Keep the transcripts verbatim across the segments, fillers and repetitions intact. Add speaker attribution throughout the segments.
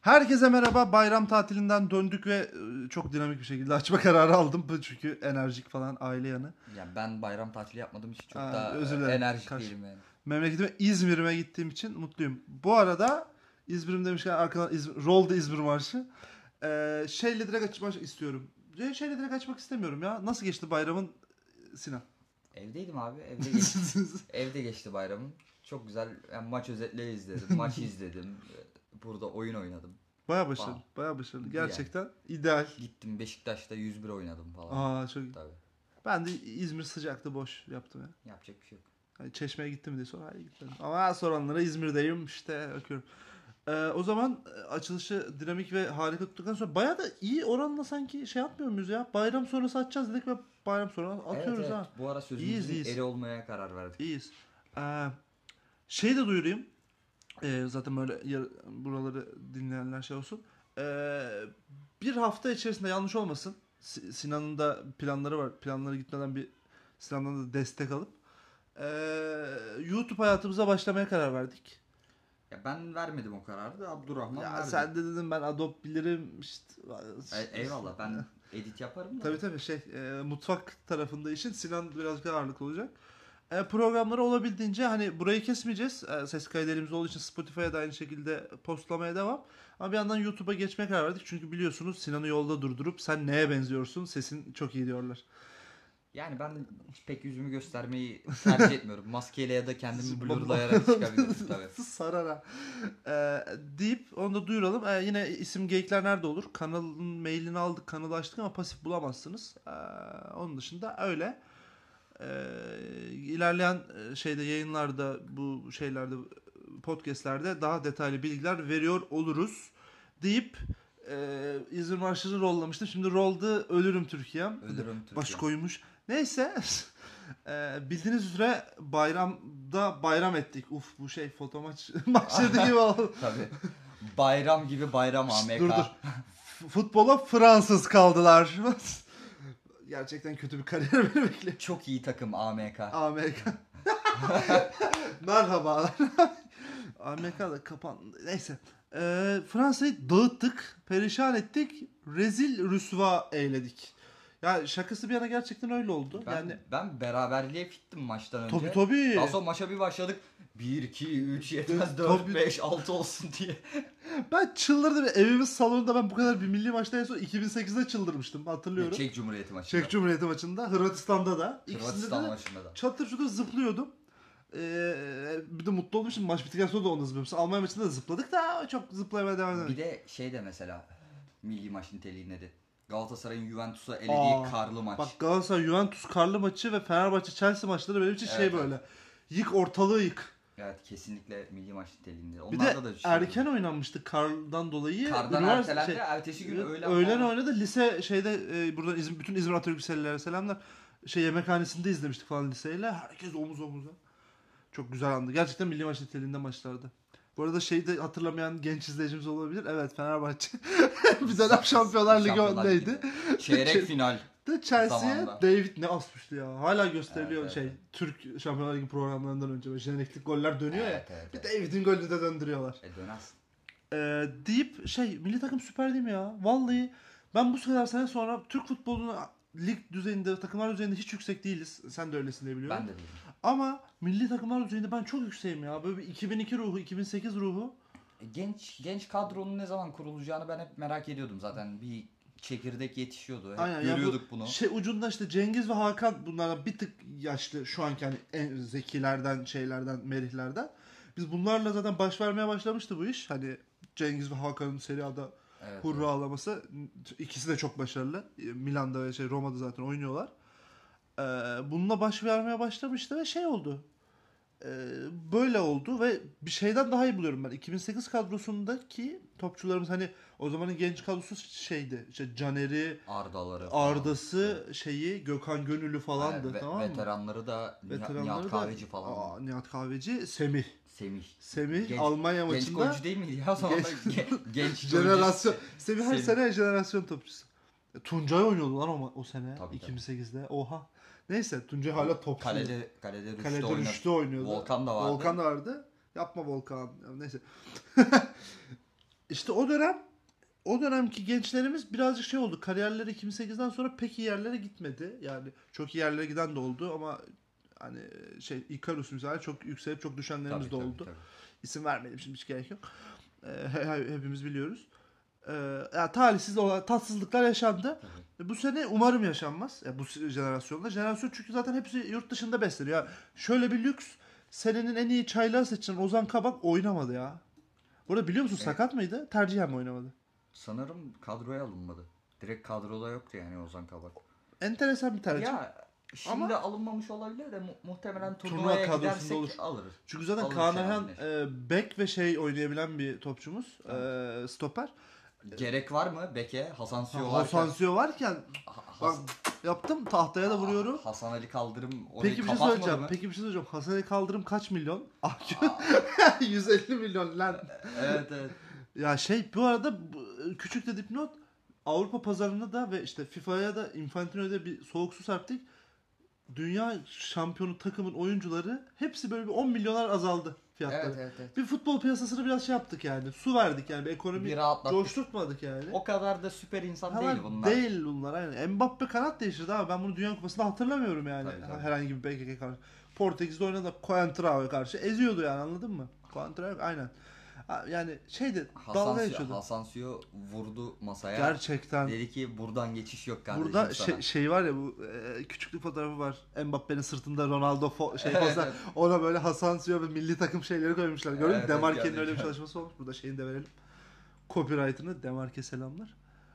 Speaker 1: Herkese merhaba. Bayram tatilinden döndük ve çok dinamik bir şekilde açma kararı aldım. Çünkü enerjik falan, aile yanı.
Speaker 2: Yani ben bayram tatili yapmadığım için çok
Speaker 1: Aa,
Speaker 2: daha
Speaker 1: özür dilerim.
Speaker 2: enerjik
Speaker 1: Karşı.
Speaker 2: değilim yani.
Speaker 1: Memleketime İzmir'ime gittiğim için mutluyum. Bu arada İzmir'im demişken arkadan İzmir, Roll'da İzmir Marşı. Ee, şeyle direkt açmak istiyorum. Şeyle direkt açmak istemiyorum ya. Nasıl geçti bayramın Sinan?
Speaker 2: Evdeydim abi. Evde geçti. Evde geçti bayramım. Çok güzel. Yani maç özetleri izledim. Maç izledim. Burada oyun oynadım.
Speaker 1: Baya başarılı. Wow. Baya başarılı. Gerçekten yani. ideal.
Speaker 2: Gittim Beşiktaş'ta yüz bir oynadım falan.
Speaker 1: Aa çok iyi.
Speaker 2: Tabii.
Speaker 1: Ben de İzmir sıcaktı, boş yaptım ya.
Speaker 2: Yapacak bir şey yok.
Speaker 1: Hani Çeşme'ye gittim diye sonra hayır gitmedim. Ama soranlara İzmir'deyim işte öpüyorum. Ee, o zaman açılışı dinamik ve harika tuttuktan sonra bayağı da iyi oranla sanki şey yapmıyor muyuz ya? Bayram sonrası atacağız dedik ve bayram sonra atıyoruz evet, evet. ha.
Speaker 2: Bu ara sözümüzün eri olmaya karar verdik.
Speaker 1: İyiyiz. Ee, şey de duyurayım. Ee, zaten böyle yer, buraları dinleyenler şey olsun. Ee, bir hafta içerisinde yanlış olmasın. Sinan'ın da planları var. Planları gitmeden bir Sinan'dan da destek alıp Ee, YouTube hayatımıza başlamaya karar verdik.
Speaker 2: Ya ben vermedim o kararı da Abdurrahman
Speaker 1: ya
Speaker 2: verdi.
Speaker 1: Sen de dedin ben Adobe bilirim işte.
Speaker 2: E, eyvallah ben edit yaparım da.
Speaker 1: Tabii tabii şey e, mutfak tarafında işin Sinan birazcık ağırlıklı olacak. E, programları olabildiğince hani burayı kesmeyeceğiz. E, ses kaydı elimizde olduğu için Spotify'a da aynı şekilde postlamaya devam. Ama bir yandan YouTube'a geçmeye karar verdik. Çünkü biliyorsunuz Sinan'ı yolda durdurup sen neye benziyorsun? Sesin çok iyi diyorlar.
Speaker 2: Yani ben pek yüzümü göstermeyi tercih etmiyorum. Maskeyle ya da kendimi blurlayarak çıkabilirim tabii.
Speaker 1: Sarara. Ee, deyip onu da duyuralım. Ee, yine isim geyikler nerede olur? Kanalın mailini aldık, kanalı açtık ama pasif bulamazsınız. Ee, onun dışında öyle. Ee, ilerleyen şeyde yayınlarda bu şeylerde podcastlerde daha detaylı bilgiler veriyor oluruz. Deyip e, İzmir Marşı'nı rollamıştım. Şimdi rolldu Ölürüm Türkiye'm.
Speaker 2: Ölürüm Türkiye.
Speaker 1: Baş koymuş. Neyse. Ee, bildiğiniz üzere bayramda bayram ettik. Uf bu şey foto maç maçladı gibi oldu.
Speaker 2: Tabii. Bayram gibi bayram A M K.
Speaker 1: Dur dur. Futbola Fransız kaldılar. Gerçekten kötü bir kariyer beni bekliyor.
Speaker 2: Çok iyi takım A M K.
Speaker 1: A M K. Merhabalar. A M K da kapandı. Neyse. Ee, Fransa'yı dağıttık, perişan ettik, rezil rüsva eyledik. Ya şakası bir yana gerçekten öyle oldu.
Speaker 2: Ben,
Speaker 1: yani
Speaker 2: ben beraberliğe fittim maçtan önce.
Speaker 1: Tabii tabii.
Speaker 2: Daha sonra maça bir başladık. bir, iki, üç yetmez dört, beş, altı olsun diye.
Speaker 1: Ben çıldırdım. Evimiz salonunda ben bu kadar bir milli maçta en son iki bin sekizde çıldırmıştım. Hatırlıyorum.
Speaker 2: Çek Cumhuriyeti maçında.
Speaker 1: Çek Cumhuriyeti maçında. Hırvatistan'da da.
Speaker 2: Hırvatistan maçında da.
Speaker 1: Çatır çutur zıplıyordum. Ee, bir de mutlu olduğum için maç bittikten sonra da onu zıplıyoruz. Almanya maçında da zıpladık da çok zıplamaya devam edemedik.
Speaker 2: Bir de şey de mesela milli maç niteliğinde de. Galatasaray'ın Juventus'a elediği Aa, karlı maç.
Speaker 1: Bak Galatasaray Juventus karlı maçı ve Fenerbahçe Chelsea maçları benim için evet, şey böyle. Evet. Yık ortalığı yık.
Speaker 2: Evet kesinlikle milli maç niteliğinde.
Speaker 1: Onlarda bir de da şey erken oldu. Oynanmıştı kardan dolayı.
Speaker 2: Kardan ertelendi. Şey, ertesi gün öğlen
Speaker 1: öğlen oynadı. Lise şeyde e, buradan İzmir, bütün İzmir Atatürk liselilere selamlar. Şey yemekhanesinde izlemiştik falan liseyle. Herkes omuz omuza. Çok güzel andı. Gerçekten milli maç niteliğinde maçlardı. Bu arada şeyi de hatırlamayan genç izleyicimiz olabilir. Evet Fenerbahçe. bir dönem Şampiyonlar Ligi öndeydi.
Speaker 2: Çeyrek final.
Speaker 1: Chelsea'ye David ne asmıştı ya. Hala gösteriliyor evet, şey evet. Türk Şampiyonlar Ligi programlarından önce. Böyle jeneriklik goller dönüyor evet, ya. Evet, bir evet. David'in golünü de döndürüyorlar.
Speaker 2: E dönersin.
Speaker 1: Ee, deyip şey milli takım süper değil mi ya? Vallahi ben bu kadar sene sonra Türk futbolunu lig düzeyinde, takımlar düzeyinde hiç yüksek değiliz. Sen de öylesin diye biliyorum.
Speaker 2: Ben de değilim.
Speaker 1: Ama milli takımlar düzeyinde ben çok yükseğim ya. Böyle bir iki bin iki ruhu, iki bin sekiz ruhu.
Speaker 2: Genç genç kadronun ne zaman kurulacağını ben hep merak ediyordum zaten. Bir çekirdek yetişiyordu. Hep
Speaker 1: aynen,
Speaker 2: görüyorduk
Speaker 1: bu
Speaker 2: bunu.
Speaker 1: Şey ucunda işte Cengiz ve Hakan bunlardan bir tık yaşlı şu anki hani en zekilerden, şeylerden, merihlerden. Biz bunlarla zaten baş vermeye başlamıştı bu iş. Hani Cengiz ve Hakan'ın Serie A'da evet, hurra evet. ağlaması. İkisi de çok başarılı. Milan'da ve şey Roma'da zaten oynuyorlar. Ee, bununla baş vermeye başlamıştı ve şey oldu. Ee, böyle oldu ve bir şeyden daha iyi buluyorum ben. iki bin sekiz kadrosundaki topçularımız hani o zamanın genç kadrosu şeydi. İşte Caner'i,
Speaker 2: Ardaları,
Speaker 1: Arda'sı, evet. şeyi Gökhan Gönüllü falandı,
Speaker 2: ve,
Speaker 1: tamam mı?
Speaker 2: Veteranları da Veteranları Nihat da, Kahveci falan.
Speaker 1: Aa, Nihat Kahveci, Semih.
Speaker 2: Semih.
Speaker 1: Semih
Speaker 2: genç,
Speaker 1: Almanya
Speaker 2: genç
Speaker 1: maçında.
Speaker 2: Genç golcü değil miydi ya? Sonra genç, genç
Speaker 1: jenerasyon. Semih her Semih. sene jenerasyon topçusu. Tuncay oynuyordu lan o, o sene. Tabii, iki bin sekizde. Tabii. Oha. Neyse Tuncay hala topçu.
Speaker 2: Kalede, kalede Rüştü,
Speaker 1: kalede Rüştü oynuyordu.
Speaker 2: Volkan da vardı.
Speaker 1: Volkan da vardı. Yapma Volkan. Neyse. İşte o dönem o dönemki gençlerimiz birazcık şey oldu. Kariyerleri iki bin sekizden sonra pek iyi yerlere gitmedi. Yani çok iyi yerlere giden de oldu ama hani şey Icarus mesela çok yükselip çok düşenlerimiz
Speaker 2: Tabii,
Speaker 1: de
Speaker 2: tabii,
Speaker 1: oldu.
Speaker 2: tabii.
Speaker 1: İsim vermeyelim şimdi hiç gerek yok. Ee, he- he- hepimiz biliyoruz. Ee, yani talihsiz olan tatsızlıklar yaşandı.
Speaker 2: Tabii.
Speaker 1: Bu sene umarım yaşanmaz. Ya bu jenerasyonda. Jenerasyon çünkü zaten hepsi yurt dışında besleniyor. Ya şöyle bir lüks. Senenin en iyi çaylağı seçilen Ozan Kabak oynamadı ya. Burada biliyor musun
Speaker 2: Evet.
Speaker 1: sakat mıydı? Tercihen mi oynamadı?
Speaker 2: Sanırım kadroya alınmadı. Direkt kadroda yoktu yani Ozan Kabak.
Speaker 1: Enteresan bir tercih.
Speaker 2: Ya şimdi
Speaker 1: Ama-
Speaker 2: alınmamış olabilir de mu- muhtemelen
Speaker 1: Turnuva
Speaker 2: turnuvaya
Speaker 1: kadrosunda
Speaker 2: gidersek
Speaker 1: olur.
Speaker 2: alırız.
Speaker 1: Çünkü zaten
Speaker 2: Alır
Speaker 1: Kaan
Speaker 2: şey
Speaker 1: Ayhan
Speaker 2: olabilir.
Speaker 1: e, bek ve şey oynayabilen bir topçumuz. E, stoper.
Speaker 2: Gerek var mı Beke? Hasan Suyo
Speaker 1: Ha,
Speaker 2: varken.
Speaker 1: Hasan Suyo varken
Speaker 2: Ha-
Speaker 1: bak,
Speaker 2: Has-
Speaker 1: yaptım tahtaya da vuruyorum.
Speaker 2: Hasan Ali Kaldırım orayı
Speaker 1: Peki bir şey
Speaker 2: kapatmadı
Speaker 1: söyleyeceğim.
Speaker 2: mı?
Speaker 1: Peki bir şey söyleyeceğim. Hasan Ali Kaldırım kaç milyon?
Speaker 2: Aa,
Speaker 1: yüz elli milyon lan.
Speaker 2: evet evet.
Speaker 1: Ya şey bu arada bu, küçük de dipnot Avrupa pazarında da ve işte FIFA'ya da Infantino'da bir soğuk su serptik. Dünya şampiyonu takımın oyuncuları hepsi böyle bir on milyonlar azaldı fiyatları.
Speaker 2: Evet evet evet.
Speaker 1: Bir futbol piyasasını biraz şey yaptık yani. Su verdik yani. Bir ekonomi
Speaker 2: Bir rahatlattık.
Speaker 1: coşturtmadık yani.
Speaker 2: O kadar da süper insan
Speaker 1: Ha,
Speaker 2: değil bunlar.
Speaker 1: Değil bunlar aynen. Mbappe kanat değiştirdi abi. Ben bunu Dünya Kupası'nda hatırlamıyorum yani.
Speaker 2: Tabii, tabii.
Speaker 1: Herhangi bir B K K karşı. Portekiz'de oynadı Coentrão'ya karşı. Eziyordu yani anladın mı? Coentrão aynen. Ha, yani şeydi
Speaker 2: Hasan
Speaker 1: dalga
Speaker 2: Suyo,
Speaker 1: geçiyordu.
Speaker 2: Hasan Suyo vurdu masaya.
Speaker 1: Gerçekten.
Speaker 2: Dedi ki buradan geçiş yok kardeşim
Speaker 1: Burada
Speaker 2: sana.
Speaker 1: şey, şey var ya bu e, küçüklük fotoğrafı var. Mbappe'nin sırtında Ronaldo fo- şey
Speaker 2: Evet,
Speaker 1: pozu.
Speaker 2: evet.
Speaker 1: Ona böyle Hasan Suyo ve milli takım şeyleri koymuşlar. Gördün mü?
Speaker 2: Evet, evet,
Speaker 1: Demarke'nin
Speaker 2: gördüm.
Speaker 1: öyle bir çalışması olmuş. Burada şeyini de verelim. Copyright'ını Demarke selamlar.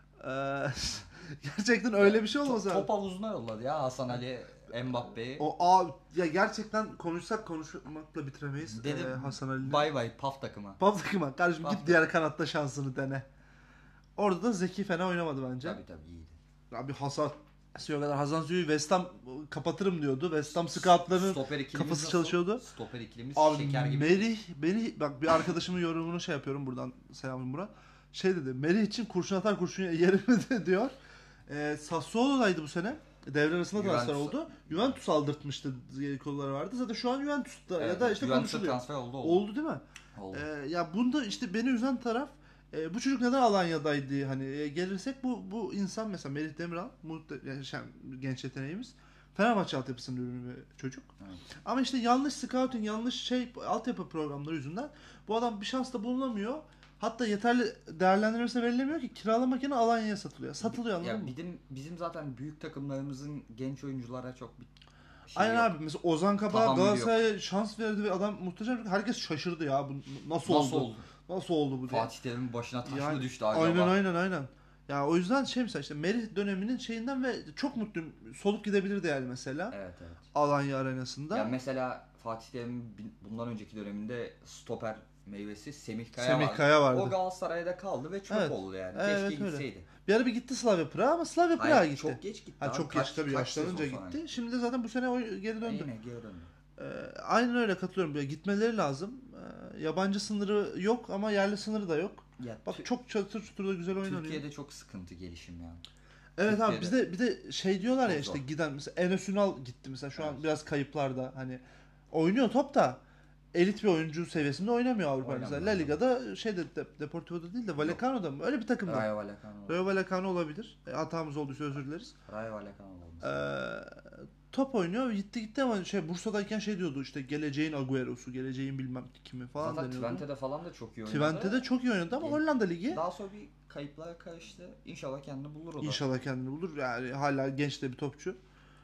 Speaker 1: Ee, gerçekten öyle bir şey olmasa.
Speaker 2: Top havuzuna yolladı ya Hasan Ali Mbappe'yi.
Speaker 1: O a ya gerçekten konuşsak konuşmakla bitiremeyiz.
Speaker 2: Dedim
Speaker 1: Ee, Hasan Ali'nin.
Speaker 2: bay bay paf takıma.
Speaker 1: Pavlık'ıma kardeşim
Speaker 2: Paf-
Speaker 1: git diğer kanatta şansını dene. Orada da Zeki fena oynamadı bence.
Speaker 2: Tabii tabii iyiydi.
Speaker 1: Abi Hasan Suyo kadar Hasan Suyo'yu West Ham kapatırım diyordu. West Ham scoutlarının
Speaker 2: Stoper ikilimiz
Speaker 1: kafası
Speaker 2: nasıl?
Speaker 1: çalışıyordu.
Speaker 2: Stoper ikilimiz
Speaker 1: Abi
Speaker 2: şeker gibi.
Speaker 1: Merih beni bak bir arkadaşımın yorumunu şey yapıyorum buradan selamım Murat. Şey dedi Merih için kurşun atar kurşun yerim mi diyor. Ee, Sassuolo'daydı bu sene. Devre arasında transfer
Speaker 2: Juventus-
Speaker 1: oldu. Juventus aldırtmıştı diye kolları vardı. Zaten şu an Juventus'ta
Speaker 2: Evet,
Speaker 1: ya da işte
Speaker 2: Juventus'a
Speaker 1: konuşuluyor.
Speaker 2: transfer oldu oldu.
Speaker 1: Oldu değil mi?
Speaker 2: Oldu.
Speaker 1: Ee, ya bunda işte beni üzen taraf e, bu çocuk neden Alanya'daydı hani e, gelirsek bu bu insan mesela Merih Demiral muhte- yani şey, genç yeteneğimiz Fenerbahçe altyapısının ürünü bir çocuk.
Speaker 2: Evet.
Speaker 1: Ama işte yanlış scouting, yanlış şey altyapı programları yüzünden bu adam bir şans da bulunamıyor. Hatta yeterli değerlendirmesi verilemiyor ki kiralamak yerine Alanya'ya satılıyor. Satılıyor anladın
Speaker 2: Ya
Speaker 1: mı?
Speaker 2: bizim bizim zaten büyük takımlarımızın genç oyunculara çok bir şey
Speaker 1: Aynen
Speaker 2: yok.
Speaker 1: abi mesela Ozan Kabak
Speaker 2: Tahammülü
Speaker 1: Galatasaray'a şans verdi ve adam muhteşem. Herkes şaşırdı ya bu nasıl,
Speaker 2: Nasıl
Speaker 1: oldu?
Speaker 2: oldu?
Speaker 1: Nasıl oldu bu diye.
Speaker 2: Fatih Terim'in başına taş mı
Speaker 1: Yani,
Speaker 2: düştü acaba?
Speaker 1: aynen aynen aynen. Ya o yüzden şey mesela işte Merih döneminin şeyinden ve çok mutluyum. Solup gidebilirdi yani mesela.
Speaker 2: Evet evet.
Speaker 1: Alanya arenasında.
Speaker 2: Ya mesela Fatih Terim'in bin- bundan önceki döneminde stoper meyvesi Semih Kaya
Speaker 1: Semih
Speaker 2: vardı.
Speaker 1: Kaya vardı.
Speaker 2: O Galatasaray'da kaldı ve çöp
Speaker 1: Evet.
Speaker 2: oldu yani.
Speaker 1: Evet,
Speaker 2: Keşke
Speaker 1: öyle.
Speaker 2: gitseydi.
Speaker 1: Bir ara bir gitti Slavia Prag'a ama Slavia Prag'a
Speaker 2: Hayır,
Speaker 1: gitti.
Speaker 2: çok geç gitti.
Speaker 1: Ha,
Speaker 2: abi.
Speaker 1: çok
Speaker 2: Kaç-
Speaker 1: geç tabii
Speaker 2: kaç
Speaker 1: yaşlanınca
Speaker 2: sezon sonra?
Speaker 1: gitti. Şimdi de zaten bu sene o geri döndü.
Speaker 2: Yine geri döndü.
Speaker 1: Ee, aynen öyle katılıyorum. Ya, gitmeleri lazım. Ee, yabancı sınırı yok ama yerli sınırı da yok.
Speaker 2: Ya,
Speaker 1: Bak
Speaker 2: Tü-
Speaker 1: çok çatır çutur da güzel oynanıyor.
Speaker 2: Türkiye'de çok sıkıntı gelişim ya.
Speaker 1: Evet abi
Speaker 2: Türkiye'de.
Speaker 1: bizde bir de şey diyorlar ya
Speaker 2: Çok
Speaker 1: işte
Speaker 2: zor.
Speaker 1: giden mesela Enes Ünal gitti mesela şu an
Speaker 2: Evet.
Speaker 1: biraz kayıplarda hani oynuyor top da elit bir oyuncu seviyesinde oynamıyor Avrupa
Speaker 2: Oynamıyor.
Speaker 1: mesela. La Liga'da şeyde de, Deportivo'da değil de Vallecano'da mı? Öyle bir takımda.
Speaker 2: Rayo Vallecano.
Speaker 1: Rayo Vallecano olabilir. E, hatamız olduysa özür dileriz.
Speaker 2: Rayo Vallecano olmuş.
Speaker 1: Ee, top oynuyor gitti gitti ama şey Bursa'dayken şey diyordu işte geleceğin Agüero'su, geleceğin bilmem kimi falan
Speaker 2: Zaten
Speaker 1: deniyordu.
Speaker 2: Twente'de falan da çok iyi oynadı.
Speaker 1: Twente'de çok iyi oynadı ama
Speaker 2: Gel-
Speaker 1: Hollanda Ligi
Speaker 2: Daha sonra bir kayıplara karıştı. İnşallah kendini bulur o da.
Speaker 1: İnşallah kendini bulur. Yani hala genç de bir topçu.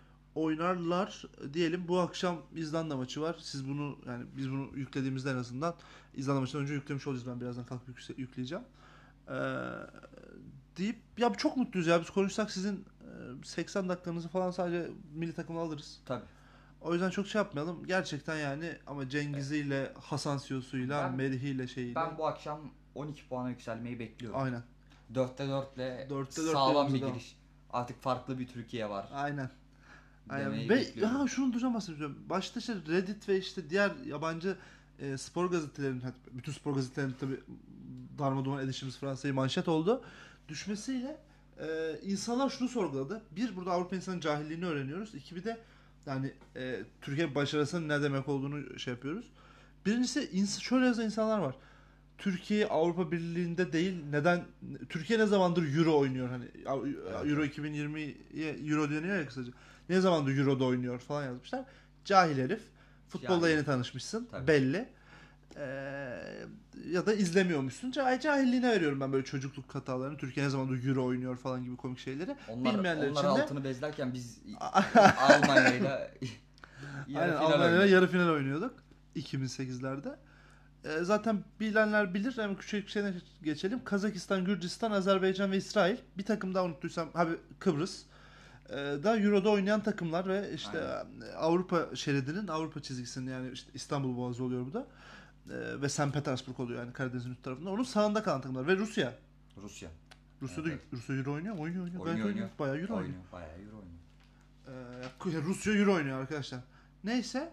Speaker 1: Oynarlar diyelim. Bu akşam İzlanda maçı var. Siz bunu yani biz bunu yüklediğimizde en azından İzlanda maçından önce yüklemiş olacağız. Ben birazdan kalkıp yükse- yükleyeceğim. Ee, deyip ya çok mutluyuz ya. Biz konuşsak sizin e, seksen dakikanızı falan sadece milli takımla alırız.
Speaker 2: Tabii.
Speaker 1: O yüzden çok şey yapmayalım. Gerçekten yani ama Cengiz'iyle, Hasan Siyosu'yla,
Speaker 2: Ben-
Speaker 1: Merih'iyle şeyiyle.
Speaker 2: Ben bu akşam on iki puana yükselmeyi bekliyorum.
Speaker 1: Aynen.
Speaker 2: dörtte dörtle
Speaker 1: Dörtte dört
Speaker 2: sağlam bir
Speaker 1: yolumuza devam.
Speaker 2: giriş. Artık farklı bir Türkiye var.
Speaker 1: Aynen. Aynen.
Speaker 2: Demeyi
Speaker 1: Ve
Speaker 2: bekliyorum.
Speaker 1: ha şunu duyacağım bahsediyorum. Başta işte Reddit ve işte diğer yabancı e, spor gazetelerinin hatta bütün spor gazetelerinin tabi darmadağın edişimiz Fransa'yı manşet oldu. Düşmesiyle e, insanlar şunu sorguladı. Bir burada Avrupa insanının cahilliğini öğreniyoruz. İki bir de yani e, Türkiye başarısının ne demek olduğunu şey yapıyoruz. Birincisi ins- şöyle yazan insanlar var. Türkiye Avrupa Birliği'nde değil, neden Türkiye ne zamandır Euro oynuyor, hani Euro iki bin yirmiye Euro deniyor ya kısaca. Ne zamandır Euro'da oynuyor falan yazmışlar. Cahil herif. Futbolda
Speaker 2: Cahil.
Speaker 1: yeni tanışmışsın.
Speaker 2: Tabii.
Speaker 1: Belli. Ee, ya da izlemiyormuşsun. Cah cahilliğine veriyorum ben böyle çocukluk hatalarını. Türkiye ne zamandır Euro oynuyor falan gibi komik şeyleri.
Speaker 2: Onlar,
Speaker 1: Bilmeyenler
Speaker 2: onlar
Speaker 1: için de
Speaker 2: altını bezlerken biz Almanya'yla
Speaker 1: aynen, Almanya'yla yarı final oynuyorduk iki bin sekizlerde. Ee, zaten bilenler bilir. Hemen küçük bir şeyden geçelim. Kazakistan, Gürcistan, Azerbaycan ve İsrail. Bir takım daha unuttuysam abi Kıbrıs. Ee, da Euro'da oynayan takımlar ve işte aynen. Avrupa şeridinin, Avrupa çizgisinin, yani işte İstanbul Boğazı oluyor bu da. Ee, ve Sankt Petersburg oluyor yani Karadeniz'in üst tarafında. Onun sağında kalan takımlar ve Rusya.
Speaker 2: Rusya.
Speaker 1: Rusya'da evet, Rusya Euro oynuyor mu? Oynuyor, oynuyor.
Speaker 2: Oynuyor, oynuyor.
Speaker 1: Bayağı Euro oynuyor.
Speaker 2: oynuyor. Bayağı Euro oynuyor.
Speaker 1: Ee, Rusya Euro oynuyor arkadaşlar. Neyse.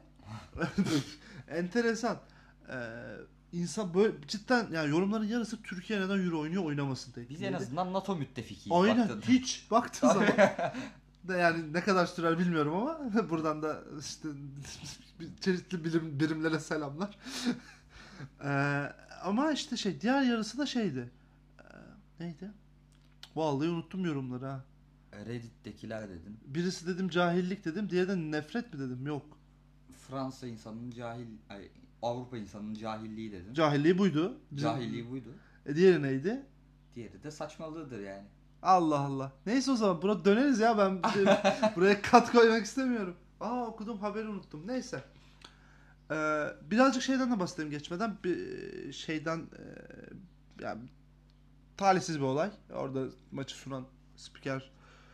Speaker 1: Enteresan. Ee, insan böyle cidden yani yorumların yarısı Türkiye neden Euro oynuyor oynamasın diye.
Speaker 2: Biz en azından NATO müttefikiyiz.
Speaker 1: Aynen
Speaker 2: baktığında.
Speaker 1: hiç baktığın zaman da yani ne kadar sürer bilmiyorum ama buradan da işte çeşitli bilim, birimlere selamlar. ee, ama işte şey diğer yarısı da şeydi. Ee, neydi? Vallahi unuttum yorumları ha.
Speaker 2: Reddit'tekiler dedin.
Speaker 1: Birisi dedim cahillik dedim, diğeri de nefret mi dedim, yok.
Speaker 2: Fransa insanının cahil, ay, Avrupa insanının cahilliği dedin.
Speaker 1: Cahilliği buydu.
Speaker 2: Bizim... Cahilliği buydu.
Speaker 1: E diğeri neydi?
Speaker 2: Diğeri de saçmalığıdır yani.
Speaker 1: Allah Allah. Neyse o zaman buna döneriz ya, ben buraya kat koymak istemiyorum. Aa okudum haberi unuttum. Neyse. Ee, birazcık şeyden de bahsedeyim geçmeden. Bir şeyden e, yani talihsiz bir olay. Orada maçı sunan spiker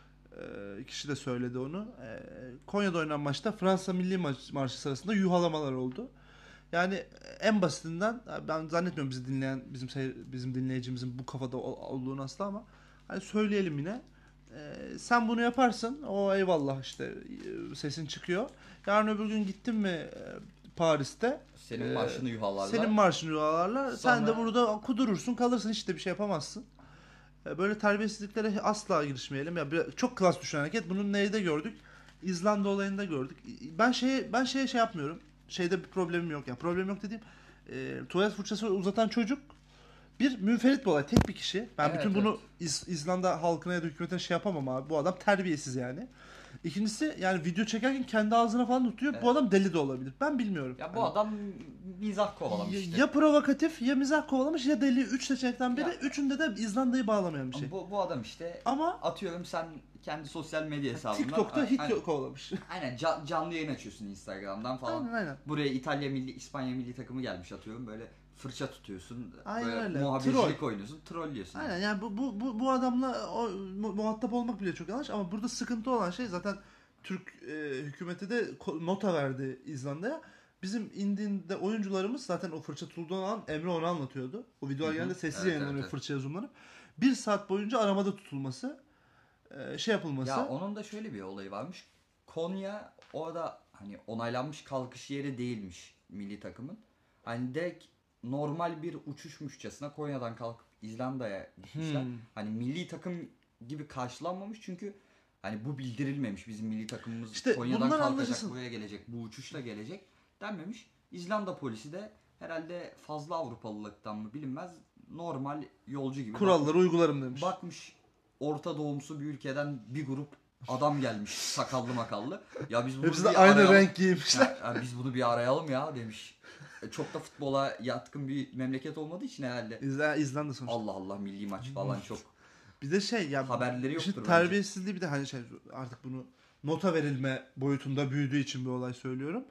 Speaker 1: e, kişi de söyledi onu. E, Konya'da oynanan maçta Fransa Milli Marşı sırasında yuhalamalar oldu. Yani en basitinden, ben zannetmiyorum bizi dinleyen bizim bizim dinleyicimizin bu kafada olduğunu asla, ama hani söyleyelim yine. Ee, sen bunu yaparsın, o eyvallah işte sesin çıkıyor. Yarın öbür gün gittin mi e, Paris'te
Speaker 2: senin marşını yuhalarlar.
Speaker 1: Senin marşını yuhalarlar.
Speaker 2: Sonra...
Speaker 1: Sen de burada kudurursun, kalırsın, hiç de bir şey yapamazsın. Böyle terbiyesizliklere asla girişmeyelim. Ya biraz, çok klas düşen hareket. Bunun neyde gördük? İzlanda olayında gördük. Ben şeye ben şeye şey yapmıyorum. Şeyde bir problemim yok. Yani problem yok dediğim, e, tuvalet fırçası uzatan çocuk bir münferit bir olay. Tek bir kişi. Ben evet, bütün evet. bunu İz, İzlanda halkına ya da hükümetine şey yapamam abi. Bu adam terbiyesiz yani. İkincisi yani video çekerken kendi ağzına falan tutuyor. Evet. Bu adam deli de olabilir. Ben bilmiyorum.
Speaker 2: Ya bu hani, adam mizah kovalamış işte.
Speaker 1: Ya provokatif ya mizah kovalamış ya deli. Üç seçenekten biri. Ya. Üçünde de İzlanda'yı bağlamayan bir şey.
Speaker 2: Bu, bu adam işte
Speaker 1: ama
Speaker 2: atıyorum sen kendi sosyal medya hesabından
Speaker 1: TikTok'ta hit aynen, kovalamış.
Speaker 2: Aynen can, canlı yayın açıyorsun Instagram'dan falan. Aynen, aynen. Buraya İtalya milli İspanya milli takımı gelmiş atıyorum, böyle fırça tutuyorsun. Aynen böyle öyle. Muhabircilik Troll. oynuyorsun, trollüyorsun.
Speaker 1: Aynen yani, yani bu bu bu, bu adamla o, muhatap olmak bile çok yanlış, ama burada sıkıntı olan şey zaten Türk e, hükümeti de nota verdi İzlanda'ya. Bizim indiğinde oyuncularımız zaten o fırça tutulduğu an Emre onu anlatıyordu. O videolar genelde sessiz evet, yayınlanıyor, evet, evet. fırçaya zoomlanıp. Bir saat boyunca aramada tutulması, e, şey yapılması.
Speaker 2: Ya onun da şöyle bir olayı varmış. Konya orada hani onaylanmış kalkış yeri değilmiş milli takımın. Hani direkt normal bir uçuşmuşçasına Konya'dan kalkıp İzlanda'ya gitmişler. Hmm. Hani milli takım gibi karşılanmamış çünkü hani bu bildirilmemiş, bizim milli takımımız işte Konya'dan kalkacak, anlaşılsın, buraya gelecek, bu uçuşla gelecek denmemiş. İzlanda polisi de herhalde fazla Avrupalılıktan mı bilinmez, normal yolcu gibi
Speaker 1: kuralları
Speaker 2: bakmış,
Speaker 1: uygularım demiş.
Speaker 2: Bakmış Orta Doğumsu bir ülkeden bir grup adam gelmiş sakallı makallı. Ya biz bunu
Speaker 1: hepsi de aynı arayalım. Renk giymişler.
Speaker 2: Ya, ya biz bunu bir arayalım ya demiş. Çok da futbola yatkın bir memleket olmadığı için herhalde.
Speaker 1: İzla, İzlanda sonuçta.
Speaker 2: Allah Allah, milli maç falan çok.
Speaker 1: Bir de şey ya,
Speaker 2: haberleri yoktur bence.
Speaker 1: Terbiyesizliği bir de hani şey, artık bunu nota verilme boyutunda büyüdüğü için bir olay söylüyorum.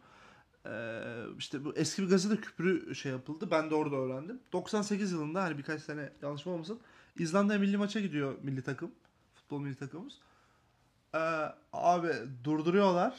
Speaker 1: Ee, işte bu eski bir gazete küpürü şey yapıldı. Ben de orada öğrendim. doksan sekiz yılında, hani birkaç sene yanlış olmasın, İzlanda'ya milli maça gidiyor milli takım. Futbol milli takımımız. Ee, abi durduruyorlar.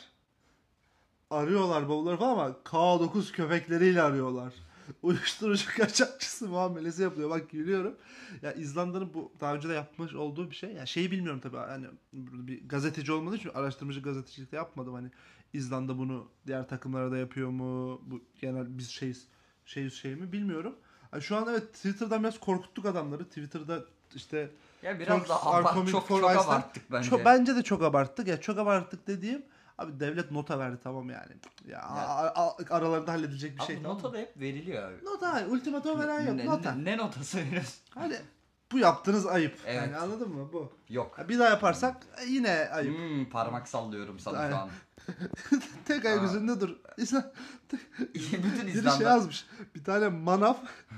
Speaker 1: Arıyorlar bavulları falan, ama K dokuz köpekleriyle arıyorlar. Uyuşturucu kaçakçısı muamelesi yapıyor. Bak gülüyorum. Ya İzlanda'nın bu daha önce de yapmış olduğu bir şey. Ya şeyi bilmiyorum tabii. Hani bir gazeteci olmadığı için araştırmacı gazetecilik de yapmadım. Hani İzlanda bunu diğer takımlara da yapıyor mu? Bu genel biz şeyiz şey şey mi bilmiyorum. Yani şu an evet, Twitter'dan biraz korkuttuk adamları. Twitter'da işte
Speaker 2: ya biraz da abart, çok çok abarttık bence.
Speaker 1: Çok, bence de çok abarttık. Ya çok abarttık dediğim, Abi devlet nota verdi tamam yani. Ya,
Speaker 2: Ya.
Speaker 1: a- a- aralarında halledilecek bir
Speaker 2: Abi
Speaker 1: şey tamam
Speaker 2: nota
Speaker 1: mı?
Speaker 2: da hep veriliyor abi.
Speaker 1: Nota hayır. Ultimatom veren yok.
Speaker 2: Ne,
Speaker 1: Nota.
Speaker 2: ne, ne notası veriyorsun?
Speaker 1: Hani bu yaptığınız ayıp.
Speaker 2: Evet.
Speaker 1: Yani anladın mı bu?
Speaker 2: Yok.
Speaker 1: Ha, bir daha yaparsak e, yine ayıp.
Speaker 2: Hmm, parmak sallıyorum sana
Speaker 1: Aynen.
Speaker 2: şu an.
Speaker 1: Tek ayak
Speaker 2: Aa.
Speaker 1: üzerinde dur. İslam,
Speaker 2: Bütün
Speaker 1: biri şey
Speaker 2: İzlanda.
Speaker 1: yazmış. Bir tane manav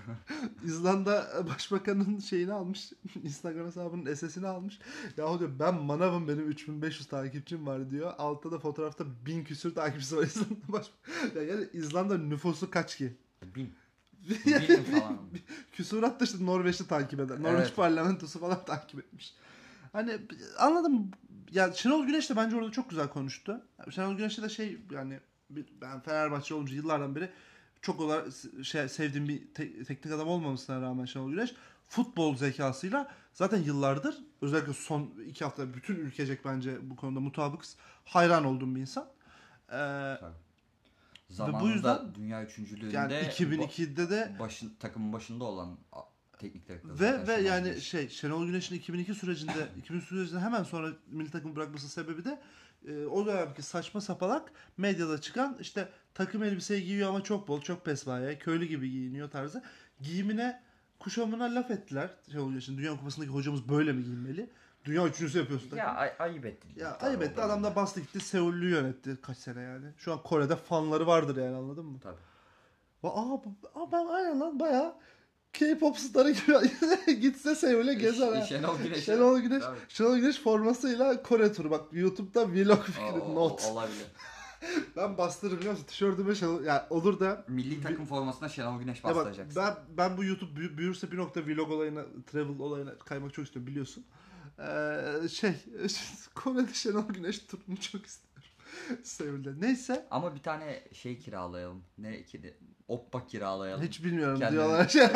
Speaker 1: İzlanda başbakanının şeyini almış. Instagram hesabının S S'ini almış. Ya diyor ben manavım benim üç bin beş yüz takipçim var diyor. Altta da fotoğrafta bin küsür takipçisi var İzlanda başbakanı. Ya yani İzlanda nüfusu kaç ki?
Speaker 2: Bin. Bin falan.
Speaker 1: Küsurat da işte Norveç'i takip eder. Norveç
Speaker 2: Evet.
Speaker 1: parlamentosu falan takip etmiş. Hani anladım. Ya Şenol Güneş de bence orada çok güzel konuştu. Şenol Güneş'te de şey yani bir- ben Fenerbahçe olunca yıllardan beri çok olarak şey, sevdiğim bir te- teknik adam olmamasına rağmen Şenol Güneş futbol zekasıyla zaten yıllardır özellikle son iki hafta bütün ülkecek bence bu konuda mutabıkız. Hayran olduğum bir insan. Ee,
Speaker 2: Zamanında
Speaker 1: bu yüzden-
Speaker 2: dünya üçüncülüğünde
Speaker 1: yani iki bin ikide de
Speaker 2: ba- başın, takımın başında olan a- teknik direktör.
Speaker 1: Ve
Speaker 2: zaten
Speaker 1: ve
Speaker 2: Şenol
Speaker 1: yani
Speaker 2: Güneş.
Speaker 1: şey Şenol Güneş'in iki bin iki sürecinde iki bin sürecinde hemen sonra milli takım bırakması sebebi de e, o dönemki saçma sapalak medyada çıkan işte takım elbiseyi giyiyor ama çok bol çok pesvaya köylü gibi giyiniyor tarzı giyimine kuşamına laf ettiler. Şenol Güneş'in Dünya Kupası'ndaki hocamız böyle mi giyinmeli? Dünya üçüncüsü yapıyorsun takım.
Speaker 2: Ya ay- ayıp etti.
Speaker 1: Ya
Speaker 2: Tabii
Speaker 1: ayıp
Speaker 2: o
Speaker 1: etti.
Speaker 2: dönemde.
Speaker 1: Adam da bastı gitti Seullü yönetti kaç sene yani. Şu an Kore'de fanları vardır yani anladın mı?
Speaker 2: Tabii.
Speaker 1: Aa, bu- aa ben aynen lan bayağı K-pop starı gibi gitse Seul'e gezer ha.
Speaker 2: Şenol Güneş.
Speaker 1: Şenol Güneş,
Speaker 2: Tabii.
Speaker 1: Şenol Güneş formasıyla Kore turu. Bak YouTube'da vlog
Speaker 2: O-
Speaker 1: fikri,
Speaker 2: o-
Speaker 1: not.
Speaker 2: o- olabilir.
Speaker 1: Ben bastırırım biliyor musun? Tişörtüme Şenol, yani olur da
Speaker 2: Milli takım formasına Şenol Güneş
Speaker 1: ya bak,
Speaker 2: bastıracaksın.
Speaker 1: ben, ben bu YouTube büyü- büyürse bir nokta vlog olayına, travel olayına kaymak çok istiyorum biliyorsun. Ee, şey, Kore'de Şenol Güneş turunu çok istiyorum. Seul'de. Neyse.
Speaker 2: Ama bir tane şey kiralayalım. Ne kira? Oppa kiralayalım.
Speaker 1: Hiç bilmiyorum
Speaker 2: Kendini-
Speaker 1: diyorlar. Şey.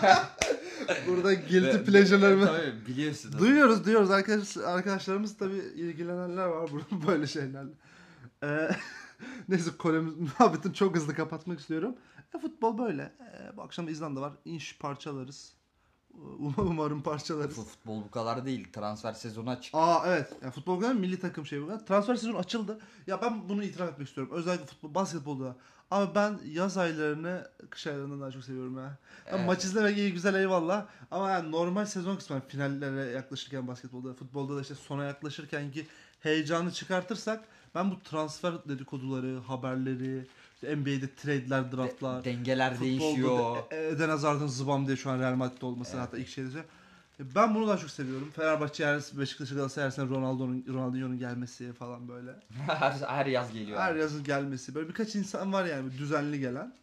Speaker 1: Burada guilty
Speaker 2: Ve-
Speaker 1: pleasure'larımı.
Speaker 2: Tabii biliyorsun.
Speaker 1: Duyuyoruz duyuyoruz. Arkadaş, arkadaşlarımız tabii ilgilenenler var burada böyle şeylerle. Ee, neyse Kore'miz muhabbetini çok hızlı kapatmak istiyorum. E, futbol böyle. E, bu akşam İzlanda var. İnş parçalarız. Um- Umarım parçalarız.
Speaker 2: Futbol bu kadar değil. Transfer sezonu açık.
Speaker 1: Aa evet. Yani futbol kadar milli takım şey bu kadar. Transfer sezonu açıldı. Ya ben bunu itiraf etmek istiyorum. Özellikle futbol, basketbolda. Ama ben yaz aylarını kış aylarından daha çok seviyorum ya. Ben
Speaker 2: Evet.
Speaker 1: maç izlemek iyi güzel eyvallah. Ama yani normal sezon kısmı yani finallere yaklaşırken basketbolda, futbolda da işte sona yaklaşırken ki heyecanı çıkartırsak ben bu transfer dedikoduları, haberleri, işte N B A'de trade'ler, draftlar,
Speaker 2: Dengeler
Speaker 1: futbolda
Speaker 2: değişiyor.
Speaker 1: da E- Eden Hazard'ın zıbam diye şu an Real Madrid'de olması
Speaker 2: Evet.
Speaker 1: hatta ilk şeyde söylüyor. Ben bunu daha çok seviyorum. Fenerbahçe her Beşiktaş'ı Galatasaray her sene Ronaldo'nun Ronaldinho'nun gelmesi falan böyle.
Speaker 2: her, her yaz geliyor.
Speaker 1: Her yazın gelmesi. Böyle birkaç insan var yani düzenli gelen.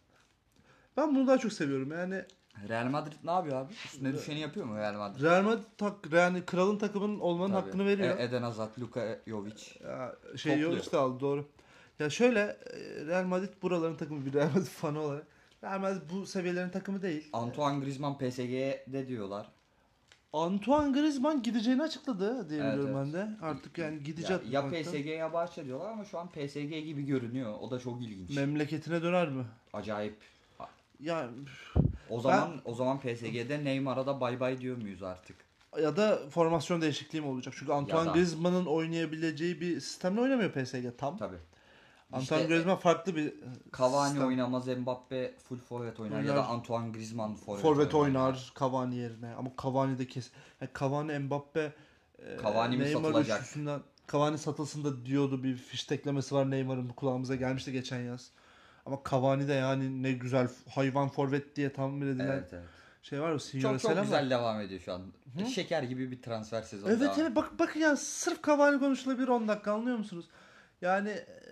Speaker 1: Ben bunu daha çok seviyorum. Yani
Speaker 2: Real Madrid ne yapıyor abi? Üstüne düşeni yapıyor mu Real Madrid?
Speaker 1: Real Madrid tak, yani kralın takımının olmanın
Speaker 2: Tabii.
Speaker 1: hakkını veriyor.
Speaker 2: E- Eden Hazard, Luka Jovic.
Speaker 1: Ya, şey
Speaker 2: Topluyor.
Speaker 1: Jovic de aldı doğru. Ya şöyle e, Real Madrid buraların takımı bir Real Madrid fanı olarak. Real Madrid bu seviyelerin takımı değil.
Speaker 2: Antoine Griezmann P S G'de diyorlar.
Speaker 1: Antoine Griezmann gideceğini açıkladı diye
Speaker 2: Evet,
Speaker 1: biliyorum
Speaker 2: evet.
Speaker 1: ben de. Artık yani
Speaker 2: Ya,
Speaker 1: gidecek.
Speaker 2: ya P S G ya Barça diyorlar ama şu an P S G gibi görünüyor. O da çok ilginç.
Speaker 1: Memleketine döner mi?
Speaker 2: Acayip.
Speaker 1: Ya
Speaker 2: O zaman o zaman P S G'de Neymar'a da bay bay diyor muyuz artık?
Speaker 1: ya da formasyon değişikliği mi olacak? Çünkü Antoine
Speaker 2: da.
Speaker 1: Griezmann'ın oynayabileceği bir sistemle oynamıyor P S G tam.
Speaker 2: Tabii.
Speaker 1: Antoine
Speaker 2: İşte
Speaker 1: Griezmann farklı bir
Speaker 2: Cavani
Speaker 1: sistem.
Speaker 2: oynamaz, Mbappe full forvet oynar, ya
Speaker 1: Oynar.
Speaker 2: da Antoine Griezmann forvet,
Speaker 1: Forvet oynar Cavani yerine ama Cavani de kes. Yani Cavani, Mbappe, e,
Speaker 2: Cavani mi
Speaker 1: Neymar
Speaker 2: satılacak?
Speaker 1: üçlüsünden Cavani satılsın da diyordu bir fişteklemesi var Neymar'ın bu kulağımıza gelmişti geçen yaz. Ama Cavani de yani ne güzel hayvan forvet diye tahmin edilen
Speaker 2: Evet evet.
Speaker 1: şey var o Signore
Speaker 2: Çok çok
Speaker 1: Selam
Speaker 2: güzel
Speaker 1: var.
Speaker 2: devam ediyor şu an. Şeker gibi bir transfer sezonu
Speaker 1: Evet
Speaker 2: devam.
Speaker 1: evet bak bak ya sırf Cavani konuşulabilir on dakika anlıyor musunuz? Yani e,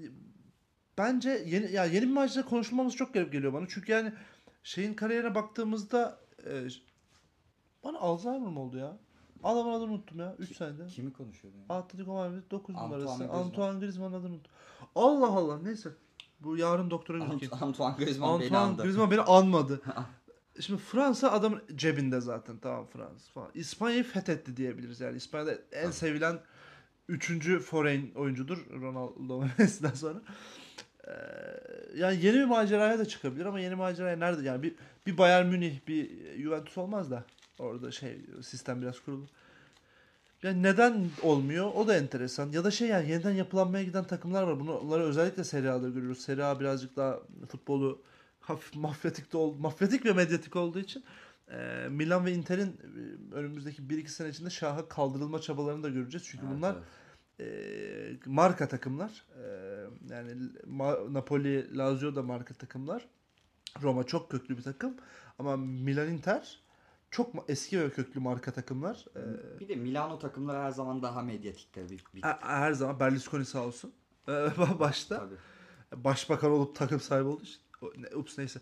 Speaker 1: bence yeni ya yeni bir maçta konuşulmamız çok garip geliyor bana. Çünkü yani şeyin kariyerine baktığımızda e, bana Alzheimer mı oldu ya? Adamın adını unuttum ya üç senede.
Speaker 2: Kimi konuşuyordun ya?
Speaker 1: Atletico Madrid dokuz
Speaker 2: Antoine
Speaker 1: numarası.
Speaker 2: Griezmann.
Speaker 1: Antoine Griezmann'ın adını unuttum. Allah Allah neyse. Bu yarın doktora gözüküyor.
Speaker 2: Ant- Antoine Griezmann beni
Speaker 1: Antoine
Speaker 2: andı.
Speaker 1: Griezmann beni anmadı. Şimdi Fransa adamın cebinde zaten tamam Fransa falan. İspanya'yı fethetti diyebiliriz yani. İspanya'da en
Speaker 2: Tabii.
Speaker 1: sevilen üçüncü foreign oyuncudur Ronaldo ve Messi'den sonra. Ee, yani yeni bir maceraya da çıkabilir ama yeni maceraya nerede yani bir bir Bayern Münih bir Juventus olmaz da orada şey sistem biraz kurulu. Yani neden olmuyor? O da enteresan. Ya da şey yani yeniden yapılanmaya giden takımlar var. Bunları özellikle Serie A'da görüyoruz. Serie A birazcık daha futbolu hafif mafyatik de ol, mafyatik ve medyatik olduğu için e, Milan ve Inter'in e, önümüzdeki bir iki sene içinde şaha kaldırılma çabalarını da göreceğiz. Çünkü
Speaker 2: Evet,
Speaker 1: bunlar
Speaker 2: evet.
Speaker 1: e, marka takımlar. E, yani Ma- Napoli, Lazio da marka takımlar. Roma çok köklü bir takım. Ama Milan, Inter çok ma- eski ve köklü marka takımlar. E,
Speaker 2: Bir de Milano takımları her zaman daha medyatikler bir, bir
Speaker 1: E- Her zaman Berlusconi sağ olsun. E, Başta.
Speaker 2: tabii.
Speaker 1: Başbakan olup takım sahibi oldu işte. O- ne- Ups neyse.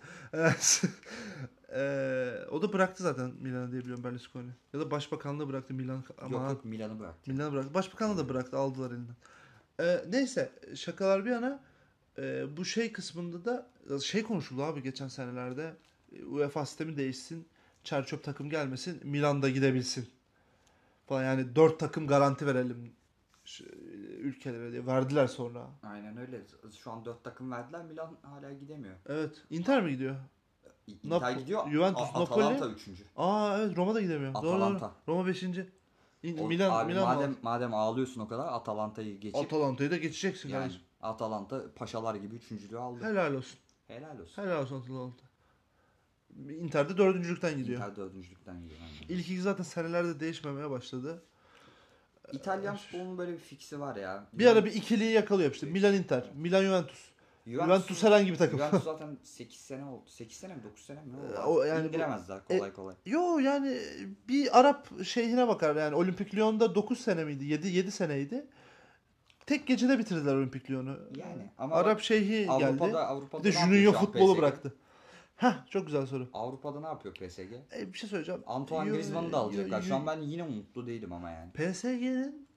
Speaker 1: E, o da bıraktı zaten Milan'ı diye biliyorum Berlusconi. Ya da başbakanlığı bıraktı Milan ama
Speaker 2: Yok yok Milan'ı bıraktı.
Speaker 1: Milan'ı bıraktı. Başbakanlığı da bıraktı. Aldılar elinden. E, neyse şakalar bir yana e, bu şey kısmında da şey konuşuldu abi geçen senelerde. E, UEFA sistemi değişsin. Çerçöp takım gelmesin. Milan'da gidebilsin. Falan yani dört takım garanti verelim şu, ülkelere diye verdiler sonra.
Speaker 2: Aynen öyle. Şu an dört takım verdiler. Milan hala gidemiyor.
Speaker 1: Evet. Inter mi gidiyor?
Speaker 2: Inter
Speaker 1: Nap-
Speaker 2: gidiyor.
Speaker 1: Juventus,
Speaker 2: A-
Speaker 1: Napoli.
Speaker 2: Atalanta üçüncü.
Speaker 1: Aa evet Roma da gidemiyor. Doğru doğru.
Speaker 2: Atalanta.
Speaker 1: Roma beşinci. İn-
Speaker 2: O-
Speaker 1: Milan
Speaker 2: abi
Speaker 1: Milan
Speaker 2: madem
Speaker 1: mı?
Speaker 2: madem ağlıyorsun o kadar Atalanta'yı geçip
Speaker 1: Atalanta'yı da geçeceksin
Speaker 2: yani
Speaker 1: kardeşim.
Speaker 2: Atalanta paşalar gibi üçüncülüğü aldı.
Speaker 1: Helal olsun.
Speaker 2: Helal olsun.
Speaker 1: Helal olsun Atalanta. Inter de dördüncülükten gidiyor.
Speaker 2: Inter dördüncülükten gidiyor. Aynen.
Speaker 1: İlk iki zaten senelerde değişmemeye başladı.
Speaker 2: İtalyan futbolunun böyle bir fiksi var ya.
Speaker 1: Bir ara bir ikiliyi yakalıyor işte. Milan Inter, Milan Juventus. Juventus herhangi bir takım.
Speaker 2: Juventus zaten sekiz sene oldu. sekiz sene mi dokuz sene mi? Ne oldu?
Speaker 1: O yani bu-
Speaker 2: İndiremezler kolay kolay.
Speaker 1: Yo yani bir Arap şeyhine bakar yani Olimpik Lyon'da dokuz sene miydi? yedi yedi seneydi. Tek gecede bitirdiler Olimpik Lyon'u.
Speaker 2: Yani ama
Speaker 1: Arap
Speaker 2: bak,
Speaker 1: şeyhi
Speaker 2: Avrupa'da
Speaker 1: geldi.
Speaker 2: Avrupa'da
Speaker 1: Bir de
Speaker 2: ne yapıyor
Speaker 1: Juninho
Speaker 2: şu an
Speaker 1: futbolu
Speaker 2: P S G?
Speaker 1: bıraktı. Heh çok güzel soru.
Speaker 2: Avrupa'da ne yapıyor P S G?
Speaker 1: E, bir şey söyleyeceğim.
Speaker 2: Antoine
Speaker 1: Yo-
Speaker 2: Griezmann'ı da
Speaker 1: yo-
Speaker 2: alacaklar. Şu
Speaker 1: yo-
Speaker 2: an ben yine mutlu değilim ama yani.
Speaker 1: P S G'nin